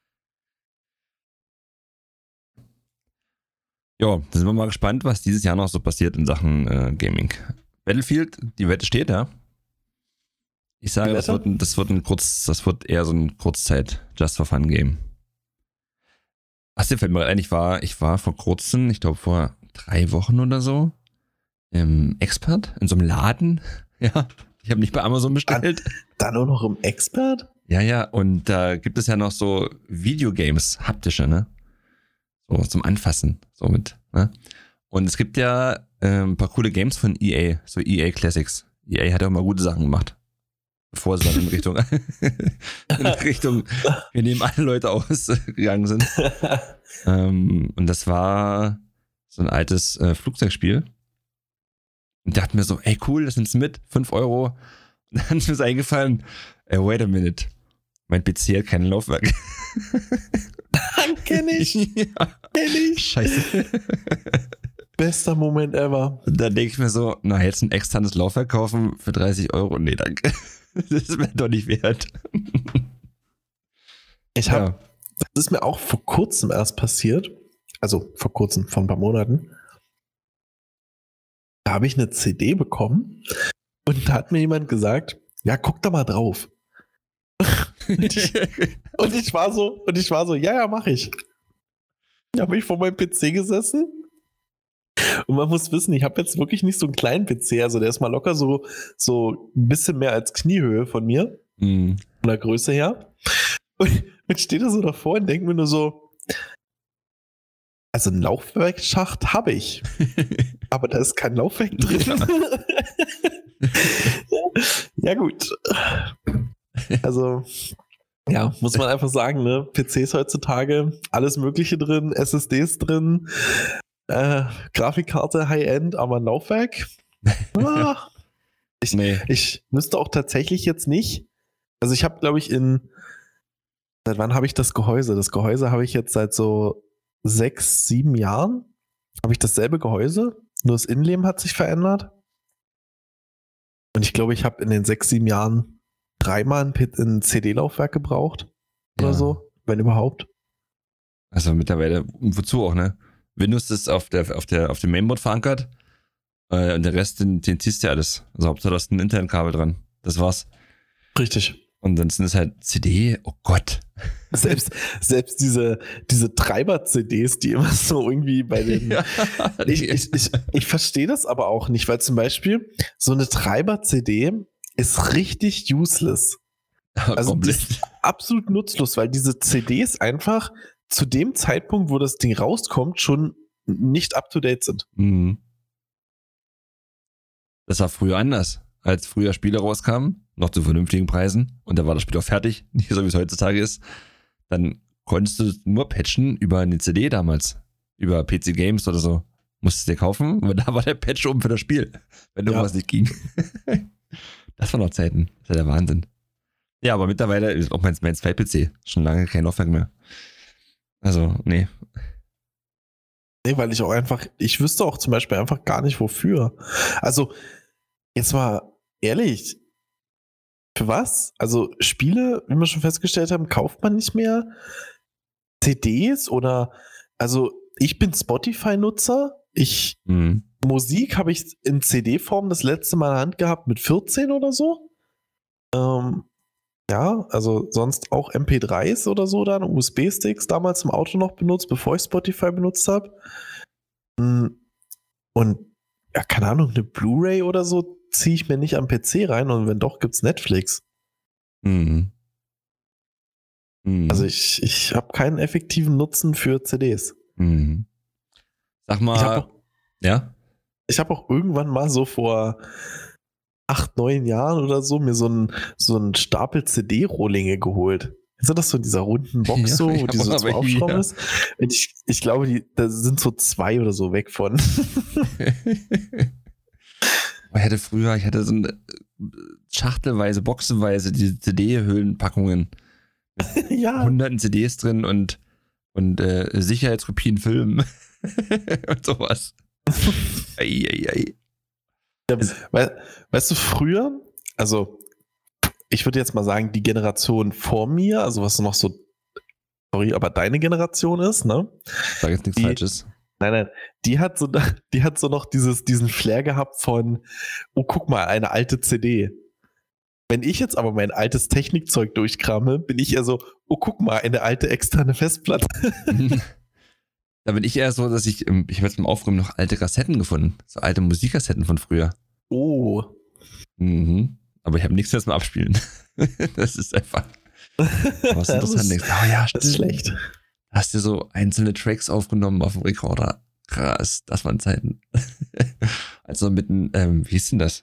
Ja, da sind wir mal gespannt, was dieses Jahr noch so passiert in Sachen äh, Gaming. Battlefield, die Wette steht, ja. Ich sage, das wird, ein, das wird ein kurz, das wird eher so ein Kurzzeit Just for Fun Game. Achso, fällt mir ein, ich war, ich war vor kurzem, ich glaube vor drei Wochen oder so, im Expert, in so einem Laden. Ja, ich habe nicht bei Amazon bestellt. Dann nur noch im Expert? Ja, ja, und da gibt es ja noch so Videogames, haptische, ne? So zum Anfassen, so mit, ne? Und es gibt ja äh, ein paar coole Games von E A, so E A Classics. E A hat ja auch mal gute Sachen gemacht. Bevor sie dann in Richtung, in Richtung, wir nehmen alle Leute ausgegangen sind. ähm, und das war so ein altes äh, Flugzeugspiel. Und dachte mir so, ey cool, das nimmst du mit, fünf Euro. Und dann ist mir eingefallen, ey, wait a minute, mein P C hat kein Laufwerk. Kenn ich. Ja. Kenn ich. Scheiße. Bester Moment ever. Und dann denke ich mir so, na, jetzt ein externes Laufwerk kaufen für dreißig Euro? Nee, danke. Das ist mir doch nicht wert. Ich habe, Ja. das ist mir auch vor kurzem erst passiert. Also vor kurzem, vor ein paar Monaten. Da habe ich eine C D bekommen und da hat mir jemand gesagt, ja, guck da mal drauf. Und ich, und ich war so, und ich war so, ja, ja, mach ich. Da habe ich vor meinem P C gesessen. Und man muss wissen, ich habe jetzt wirklich nicht so einen kleinen P C, also der ist mal locker so, so ein bisschen mehr als Kniehöhe von mir, Mm. von der Größe her. Und ich stehe da so davor und denke mir nur so, also einen Laufwerksschacht habe ich, aber da ist kein Laufwerk drin. Ja gut. Also ja, muss man einfach sagen, ne? P Cs heutzutage, alles Mögliche drin, S S Ds drin, äh, Grafikkarte High-End, aber ein Laufwerk. Ah, ich, Nee. ich müsste auch tatsächlich jetzt nicht. Also ich habe, glaube ich, in seit wann habe ich das Gehäuse? Das Gehäuse habe ich jetzt seit so sechs, sieben Jahren. Habe ich dasselbe Gehäuse, nur das Innenleben hat sich verändert. Und ich glaube, ich habe in den sechs, sieben Jahren dreimal ein, P- ein C D-Laufwerk gebraucht oder Ja. so, wenn überhaupt. Also mittlerweile, wozu auch, ne? Windows ist auf der, auf der, auf dem Mainboard verankert äh, und der Rest, den, den ziehst du ja alles. Also Hauptsache, du hast ein Internetkabel dran. Das war's. Richtig. Und dann sind es halt C D, oh Gott. Selbst, selbst diese, diese Treiber-C Ds, die immer so irgendwie bei den. Ja. Ich, ich, ich, ich verstehe das aber auch nicht, weil zum Beispiel so eine Treiber-C D ist richtig useless. Also die ist absolut nutzlos, weil diese C Ds einfach zu dem Zeitpunkt, wo das Ding rauskommt, schon nicht up-to-date sind. Mhm. Das war früher anders. Als früher Spiele rauskamen, noch zu vernünftigen Preisen, und da war das Spiel auch fertig, nicht so wie es heutzutage ist, dann konntest du nur patchen über eine C D damals. Über P C Games oder so. Musstest du dir kaufen, weil da war der Patch oben für das Spiel. Wenn Ja. irgendwas nicht ging. Das waren noch Zeiten. Das ist ja der Wahnsinn. Ja, aber mittlerweile ist auch mein, mein zwei P C. Schon lange kein Laufwerk mehr. Also, nee. Nee, weil ich auch einfach, ich wüsste auch zum Beispiel einfach gar nicht wofür. Also, jetzt mal ehrlich, für was? Also, Spiele, wie wir schon festgestellt haben, kauft man nicht mehr. C Ds oder, also, ich bin Spotify-Nutzer. Ich, Mhm. Musik habe ich in C D-Form das letzte Mal in der Hand gehabt mit vierzehn oder so. Ähm, ja, also sonst auch M P dreis oder so dann, U S B-Sticks damals im Auto noch benutzt, bevor ich Spotify benutzt habe. Und ja, keine Ahnung, eine Blu-ray oder so ziehe ich mir nicht am P C rein und wenn doch, gibt's Netflix. Mhm. Mhm. Also ich, ich habe keinen effektiven Nutzen für C Ds. Mhm. Sag mal, Ich habe auch, ja? ich hab auch irgendwann mal so vor acht, neun Jahren oder so mir so einen so einen Stapel C D-Rohlinge geholt. Ist das so in dieser runden Box Ja, so, ich wo hab die so auch zum welche Aufschrauben hier. ist? Und ich, ich glaube, die, da sind so zwei oder so weg von. Ich hatte früher, ich hatte so eine schachtelweise, boxenweise diese C D-Hüllenpackungen. Ja. Hunderten C Ds drin und, und äh, Sicherheitskopien Filmen und sowas. Ei, ei, ei. We weißt du, früher, also ich würde jetzt mal sagen, die Generation vor mir, also was noch so, sorry, aber deine Generation ist, ne? Sag jetzt nichts Die- Falsches. Nein, nein, die hat so, die hat so noch dieses, diesen Flair gehabt von, oh, guck mal, eine alte C D. Wenn ich jetzt aber mein altes Technikzeug durchkrame, bin ich eher so, oh, guck mal, eine alte externe Festplatte. Da bin ich eher so, dass ich, ähm, ich habe jetzt beim Aufräumen noch alte Kassetten gefunden. So alte Musikkassetten von früher. Oh. Mhm. Aber ich habe nichts mehr zum Abspielen. Das ist einfach. Aber es ist Das interessant. ist- Oh ja, Das ist stimmt. schlecht. Hast du so einzelne Tracks aufgenommen auf dem Rekorder? Krass, das waren Zeiten. Also mit einem, ähm, wie hieß denn das?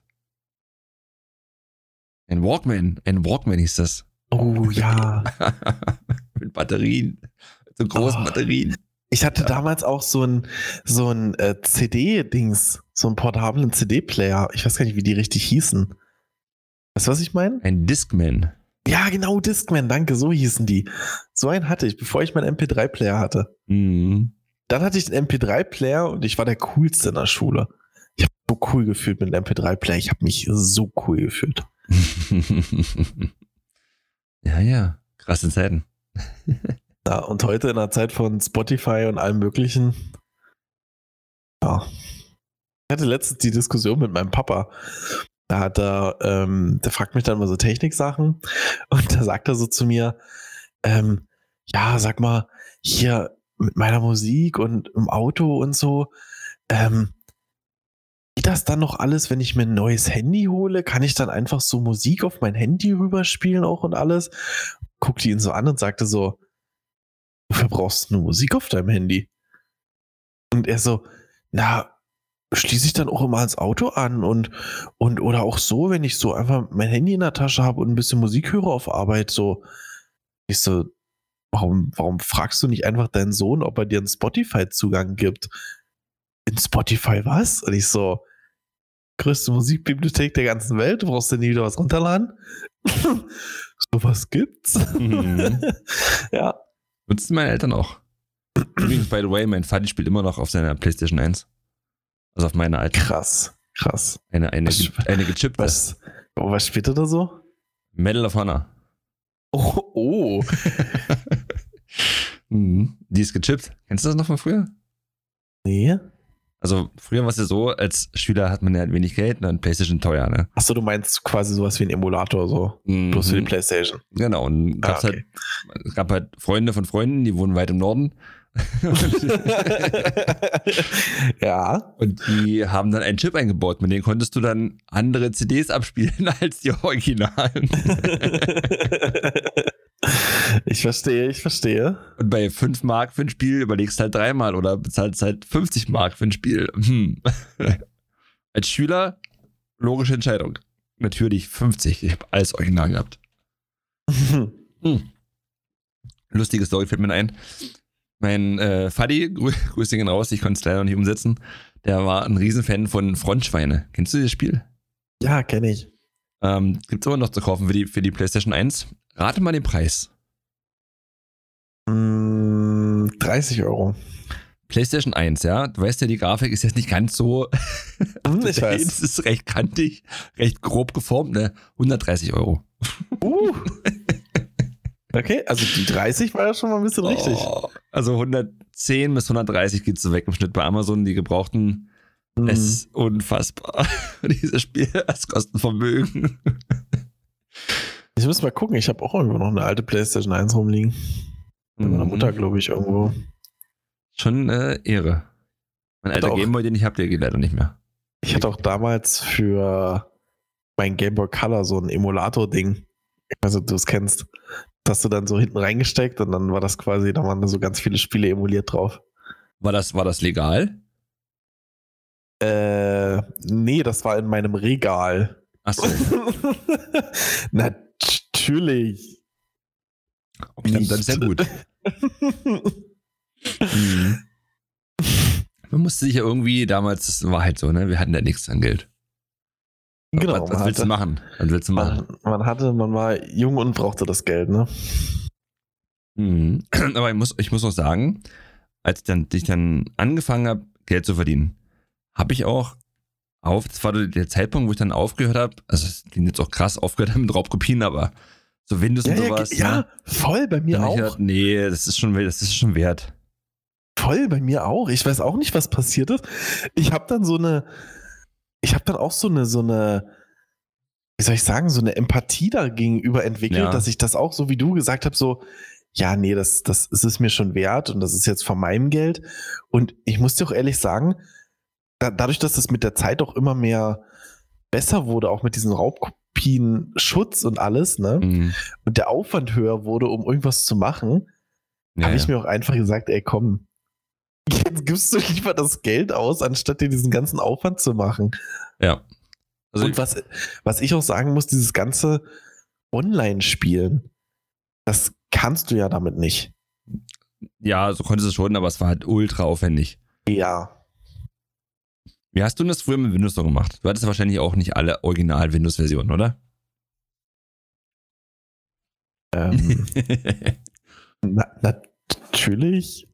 Ein Walkman. Ein Walkman hieß das. Oh ja. Mit Batterien. So großen Oh. Batterien. Ich hatte damals auch so ein, so ein äh, C D-Dings, so einen portablen C D-Player. Ich weiß gar nicht, wie die richtig hießen. Weißt du, was ich meine? Ein Discman. Ja, genau, Discman, danke, so hießen die. So einen hatte ich, bevor ich meinen M P drei Player hatte. Mhm. Dann hatte ich den M P drei Player und ich war der coolste in der Schule. Ich habe so cool gefühlt mit dem M P drei Player. Ich habe mich so cool gefühlt. Ja, ja. Krasse Zeiten. Ja, und heute in der Zeit von Spotify und allem Möglichen. Ja. Ich hatte letztens die Diskussion mit meinem Papa. Da hat er, ähm, der fragt mich dann mal so Techniksachen und da sagt er so zu mir, ähm, ja, sag mal, hier mit meiner Musik und im Auto und so, ähm, geht das dann noch alles, wenn ich mir ein neues Handy hole? Kann ich dann einfach so Musik auf mein Handy rüberspielen auch und alles? Guckte ihn so an und sagte so, wofür brauchst du nur Musik auf deinem Handy? Und er so, na, schließe ich dann auch immer ans Auto an und, und oder auch so, wenn ich so einfach mein Handy in der Tasche habe und ein bisschen Musik höre auf Arbeit, so. Ich so, warum, warum fragst du nicht einfach deinen Sohn, ob er dir einen Spotify-Zugang gibt? In Spotify was? Und ich so, größte Musikbibliothek der ganzen Welt, du brauchst dir nie wieder was runterladen? So was gibt's? Mhm. Ja. Nutzen meine Eltern auch. Übrigens, by the way, mein Vati spielt immer noch auf seiner PlayStation eins. Also auf meiner alten. Krass, krass. Eine, eine, Was- eine gechippte. Was, oh, was spielt er da so? Medal of Honor. Oh, oh. Mhm. Die ist gechippt. Kennst du das noch von früher? Nee. Also früher war es ja so, als Schüler hat man ja wenig Geld und dann PlayStation teuer, ne? Achso, du meinst quasi sowas wie ein Emulator, so. Mhm. Bloß für die PlayStation. Genau, und gab's Ah, okay. halt, es gab halt Freunde von Freunden, die wohnen weit im Norden. Ja. Und die haben dann einen Chip eingebaut, mit dem konntest du dann andere C Ds abspielen als die Originalen. Ich verstehe, ich verstehe. Und bei fünf Mark für ein Spiel überlegst halt dreimal oder bezahlst halt fünfzig Mark für ein Spiel. Hm. Als Schüler, logische Entscheidung. Natürlich fünfzig. Ich habe alles original gehabt. Hm. lustige Story fällt mir ein. Mein äh, Faddy, grü Grüße gehen raus, ich konnte es leider noch nicht umsetzen, der war ein Riesenfan von Frontschweine. Kennst du das Spiel? Ja, kenne ich. Ähm, Gibt es aber noch zu kaufen für die, für die PlayStation eins. Rate mal den Preis. Mm, dreißig Euro. PlayStation eins, ja. Du weißt ja, die Grafik ist jetzt nicht ganz so. Hm, ich weiß. Es ist recht kantig, recht grob geformt, ne? hundertdreißig Euro. Uh. Okay, also die dreißig war ja schon mal ein bisschen richtig. Oh, also hundertzehn bis hundertdreißig geht so weg im Schnitt bei Amazon, die gebrauchten. Mhm. Es ist unfassbar. Dieses Spiel, das kostet ein Vermögen. Ich muss mal gucken, ich habe auch irgendwo noch eine alte PlayStation eins rumliegen. Bei meiner Mutter, glaube ich, irgendwo. Schon äh, Ehre. Mein alter auch- Gameboy, den ich habe, der geht leider nicht mehr. Ich hatte auch damals für mein Game Boy Color so ein Emulator-Ding. Ich weiß nicht, ob du es kennst. Das hast du dann so hinten reingesteckt und dann war das quasi, da waren da so ganz viele Spiele emuliert drauf. War das, war das legal? Äh, nee, das war in meinem Regal. Achso, Natürlich. okay, dann, dann ist ja gut. Mhm. Man musste sich ja irgendwie damals, das war halt so, ne? Wir hatten ja nichts an Geld. Genau. was was man willst du hatte- machen? Was willst du machen? Man, man hatte, man war jung und brauchte das Geld, ne? Mhm. Aber ich muss, ich muss auch sagen, als ich dann, ich dann angefangen habe, Geld zu verdienen, habe ich auch auf, das war der Zeitpunkt, wo ich dann aufgehört habe, also es klingt jetzt auch krass, aufgehört habe mit Raubkopien, aber so Windows Ja, und ja, sowas. ja, ne? voll bei mir Dann hab ich auch. gedacht, nee, das ist schon, das ist schon wert. Voll bei mir auch. Ich weiß auch nicht, was passiert ist. Ich habe dann so eine, ich habe dann auch so eine, so eine, wie soll ich sagen, so eine Empathie dagegenüber entwickelt, Ja. dass ich das auch so wie du gesagt habe, so, ja, nee, das, das ist es mir schon wert und das ist jetzt von meinem Geld. Und ich muss dir auch ehrlich sagen, da, dadurch, dass das mit der Zeit auch immer mehr besser wurde, auch mit diesen Raubkopien, Schutz und alles, ne? Mhm. Und der Aufwand höher wurde, um irgendwas zu machen, Ja, habe ich ja. mir auch einfach gesagt, ey, komm, jetzt gibst du lieber das Geld aus, anstatt dir diesen ganzen Aufwand zu machen. ja. Also, Und was, was ich auch sagen muss, dieses ganze Online-Spielen, das kannst du ja damit nicht. ja, so konntest du es schon, aber es war halt ultra aufwendig. Ja. Wie hast du das früher mit Windows so gemacht? Du hattest wahrscheinlich auch nicht alle Original-Windows-Versionen, oder? Ähm, na, natürlich.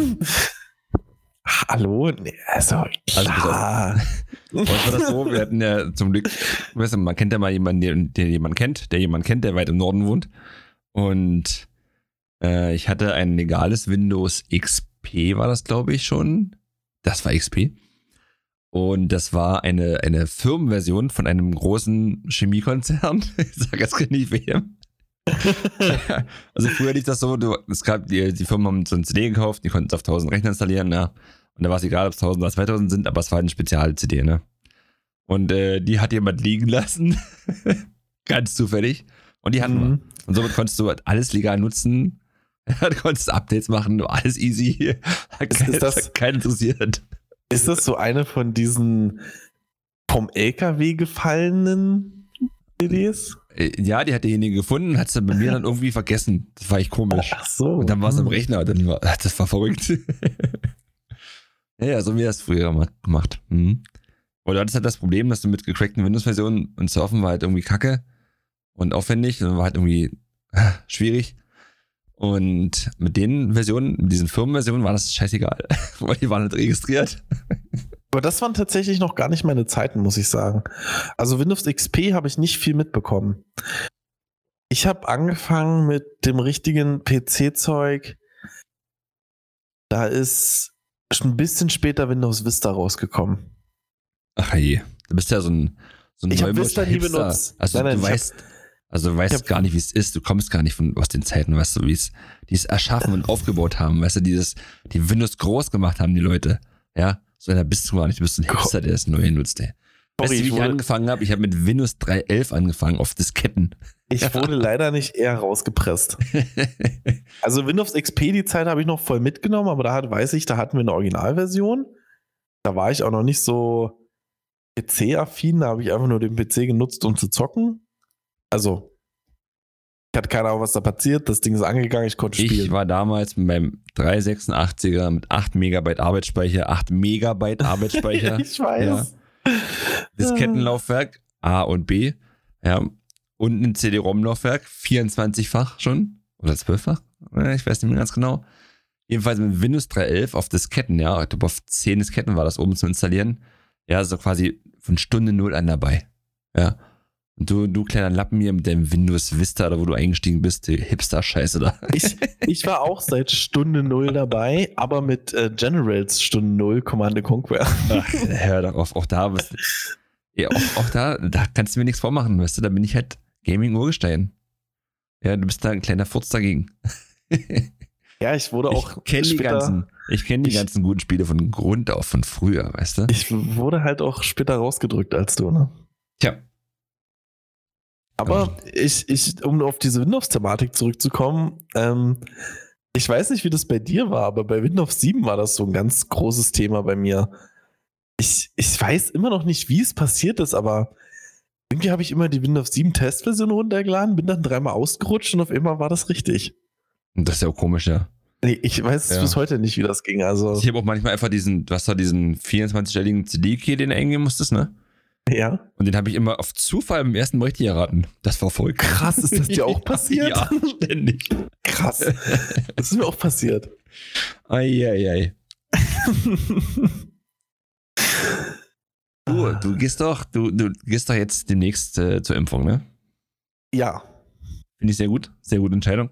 Hallo? Nee, also, Also, pass klar. Bei uns war das so, wir hatten ja zum Glück, weißt du, man kennt ja mal jemanden, der, der jemanden kennt, der jemanden kennt, der weit im Norden wohnt. Und äh, ich hatte ein legales Windows X P, war das glaube ich schon. Das war X P. Und das war eine, eine Firmenversion von einem großen Chemiekonzern. Ich sage jetzt gar nicht wem. Also früher lief das so, du, es gab, die, die Firmen haben so ein C D gekauft, die konnten es auf tausend Rechner installieren, ja. Und da war es egal, ob es tausend oder zweitausend sind, aber es war halt eine Spezial-C D, ne? Und äh, die hat jemand liegen lassen. Ganz zufällig. Und die hatten wir. Mhm. Und somit konntest du halt alles legal nutzen. Du konntest Updates machen, alles easy. Hat Ist- kein, ist das- hat keinen interessiert. Ist das so eine von diesen vom L K W gefallenen C Ds? Äh, Ja, die hat derjenige gefunden, hat es dann bei mir dann irgendwie vergessen. Das war echt komisch. Ach so. Und dann war es am Hm. Rechner. Dann war, das war verrückt. Ja, ja, so wie er es früher gema- gemacht. Mhm. Aber du hattest halt das Problem, dass du mit gecrackten Windows-Versionen und Surfen war halt irgendwie kacke und aufwendig und war halt irgendwie äh, schwierig. Und mit den Versionen, mit diesen Firmenversionen war das scheißegal, weil die waren halt registriert. Aber das waren tatsächlich noch gar nicht meine Zeiten, muss ich sagen. Also Windows X P habe ich nicht viel mitbekommen. Ich habe angefangen mit dem richtigen P C-Zeug. Da ist schon ein bisschen später Windows Vista rausgekommen. Ach je, du bist ja so ein, so ein Ich hab neumodischer Vista nie Hipster. benutzt. Also Nein, nein, du ich hab- weißt, also du weißt ich hab- gar nicht, wie es ist. Du kommst gar nicht von aus den Zeiten, weißt du, wie es, die es erschaffen und aufgebaut haben, weißt du, dieses, die Windows groß gemacht haben, die Leute. Ja, so da bist du gar nicht. Du bist ein Hipster, der das neu nutzt, ey. Weißt Sorry, du, wie ich ich wurde- angefangen habe? Ich habe mit Windows drei Punkt elf angefangen auf Disketten. Ich wurde leider nicht eher rausgepresst. Also Windows X P, die Zeit habe ich noch voll mitgenommen, aber da hat, weiß ich, da hatten wir eine Originalversion. Da war ich auch noch nicht so P C-affin, da habe ich einfach nur den P C genutzt, um zu zocken. Also Ich hatte keine Ahnung, was da passiert. Das Ding ist angegangen, ich konnte spielen. Ich war damals mit meinem dreihundertsechsundachtziger mit acht Megabyte Arbeitsspeicher, acht Megabyte Arbeitsspeicher. Ich weiß. Ja. Diskettenlaufwerk A und B. Ja. Und ein C D-ROM-Laufwerk, vierundzwanzigfach schon. Oder zwölffach? Ich weiß nicht mehr ganz genau. Jedenfalls mit Windows drei Punkt elf auf Disketten, ja. Ich glaube, auf zehn Disketten war das oben zu installieren. Ja, so quasi von Stunde null an dabei. Ja. Und du, du kleiner Lappen hier mit deinem Windows Vista, da wo du eingestiegen bist, die Hipster-Scheiße da. Ich, ich war auch seit Stunde null dabei, aber mit äh, Generals Stunde null Command and Conquer. Ach, hör doch auf, auch da, was, ja, auch, auch da, da kannst du mir nichts vormachen, weißt du, da bin ich halt Gaming-Urgestein. Ja, du bist da ein kleiner Furz dagegen. Ja, ich wurde auch Ich kenne die später- ganzen, ich kenne die ich- ganzen guten Spiele von Grund auf, von früher, weißt du? Ich wurde halt auch später rausgedrückt als du, ne? Tja. Aber ich, ich, um auf diese Windows-Thematik zurückzukommen, ähm, ich weiß nicht, wie das bei dir war, aber bei Windows sieben war das so ein ganz großes Thema bei mir. Ich, ich weiß immer noch nicht, wie es passiert ist, aber irgendwie habe ich immer die Windows sieben Testversion runtergeladen, bin dann dreimal ausgerutscht und auf einmal war das richtig. Und das ist ja auch komisch, ja. Nee, ich weiß Ja. bis heute nicht, wie das ging. Also, Ich habe auch manchmal einfach diesen, du hast da diesen vierundzwanzig-stelligen C D-Key, den du eingeben musstest, ne? ja. Und den habe ich immer auf Zufall im ersten Mal richtig erraten. Das war voll Krass, ist das dir auch passiert? Ja, ständig. Krass. Das ist mir auch passiert. Eieiei. Du, du gehst doch, du, du gehst doch jetzt demnächst äh, zur Impfung, ne? Ja. Finde ich sehr gut. Sehr gute Entscheidung.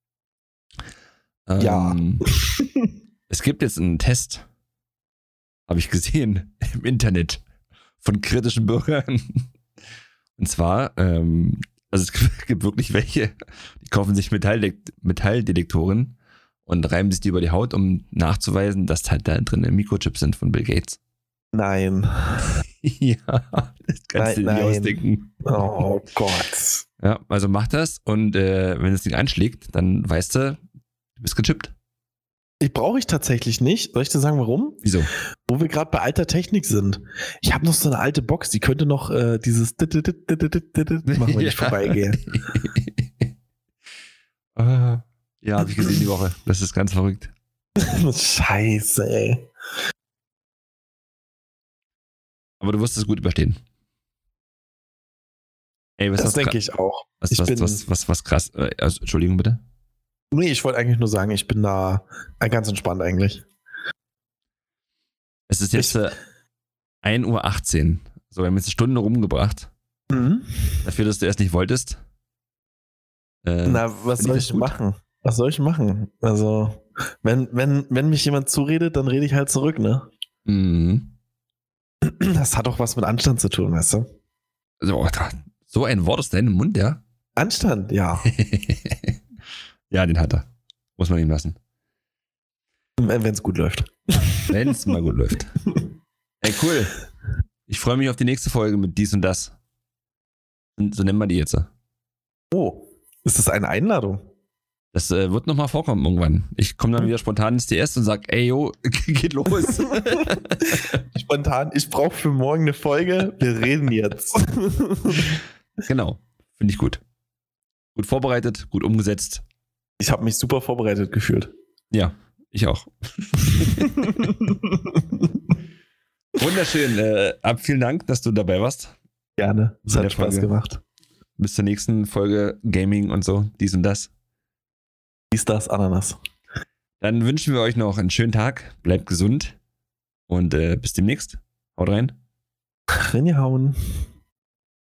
Ja. Ähm, es gibt jetzt einen Test, habe ich gesehen, im Internet von kritischen Bürgern. Und zwar, ähm, also es gibt wirklich welche, die kaufen sich Metallde- Metalldetektoren und reiben sich die über die Haut, um nachzuweisen, dass halt da drin Mikrochips sind von Bill Gates. Nein. Ja, das kannst du dir Nein, nicht nein. ausdenken. Oh Gott. Ja, also mach das und äh, wenn das Ding anschlägt, dann weißt du, du bist gechippt. Ich brauche ich tatsächlich nicht. Soll ich dir sagen, warum? Wieso? Wo wir gerade bei alter Technik sind. Ich habe noch so eine alte Box, die könnte noch äh, dieses dit- dit- dit- dit- dit- dit- dit machen, wenn ich Ja. vorbeigehe. Ah, ja, habe ich gesehen die Woche. Das ist ganz verrückt. Scheiße, ey. Aber du wirst es gut überstehen. Ey, was Das was denke kra- ich auch. Was, Ich was, bin- was, was, was krass. Äh, Also, Entschuldigung bitte. Nee, ich wollte eigentlich nur sagen, ich bin da ganz entspannt eigentlich. Es ist jetzt äh, ein Uhr achtzehn. So, wir haben jetzt eine Stunde rumgebracht. Mhm. Dafür, dass du erst nicht wolltest. Äh, Na, was find soll ich das ich gut. machen? Was soll ich machen? Also, wenn, wenn, wenn mich jemand zuredet, dann rede ich halt zurück, ne? mhm. Das hat auch was mit Anstand zu tun, weißt du? Also, oh, da- so ein Wort aus deinem Mund, ja? Anstand, ja. Ja, den hat er. Muss man ihm lassen. Wenn es gut läuft. Wenn es mal gut läuft. Ey, cool. Ich freue mich auf die nächste Folge mit dies und das. Und so nennen wir die jetzt. Oh, ist das eine Einladung? Das äh, wird nochmal vorkommen irgendwann. Ich komme dann wieder spontan ins D S und sag, ey, yo, geht los. Spontan, ich brauche für morgen eine Folge. Wir reden jetzt. Genau. Finde ich gut. Gut vorbereitet, gut umgesetzt. Ich habe mich super vorbereitet gefühlt. Ja, ich auch. Wunderschön. Äh, ab, vielen Dank, dass du dabei warst. Gerne. Es In hat der Spaß Folge. gemacht. Bis zur nächsten Folge Gaming und so, dies und das. Dies, das, Ananas. Dann wünschen wir euch noch einen schönen Tag. Bleibt gesund und äh, bis demnächst. Haut rein. Reingehauen.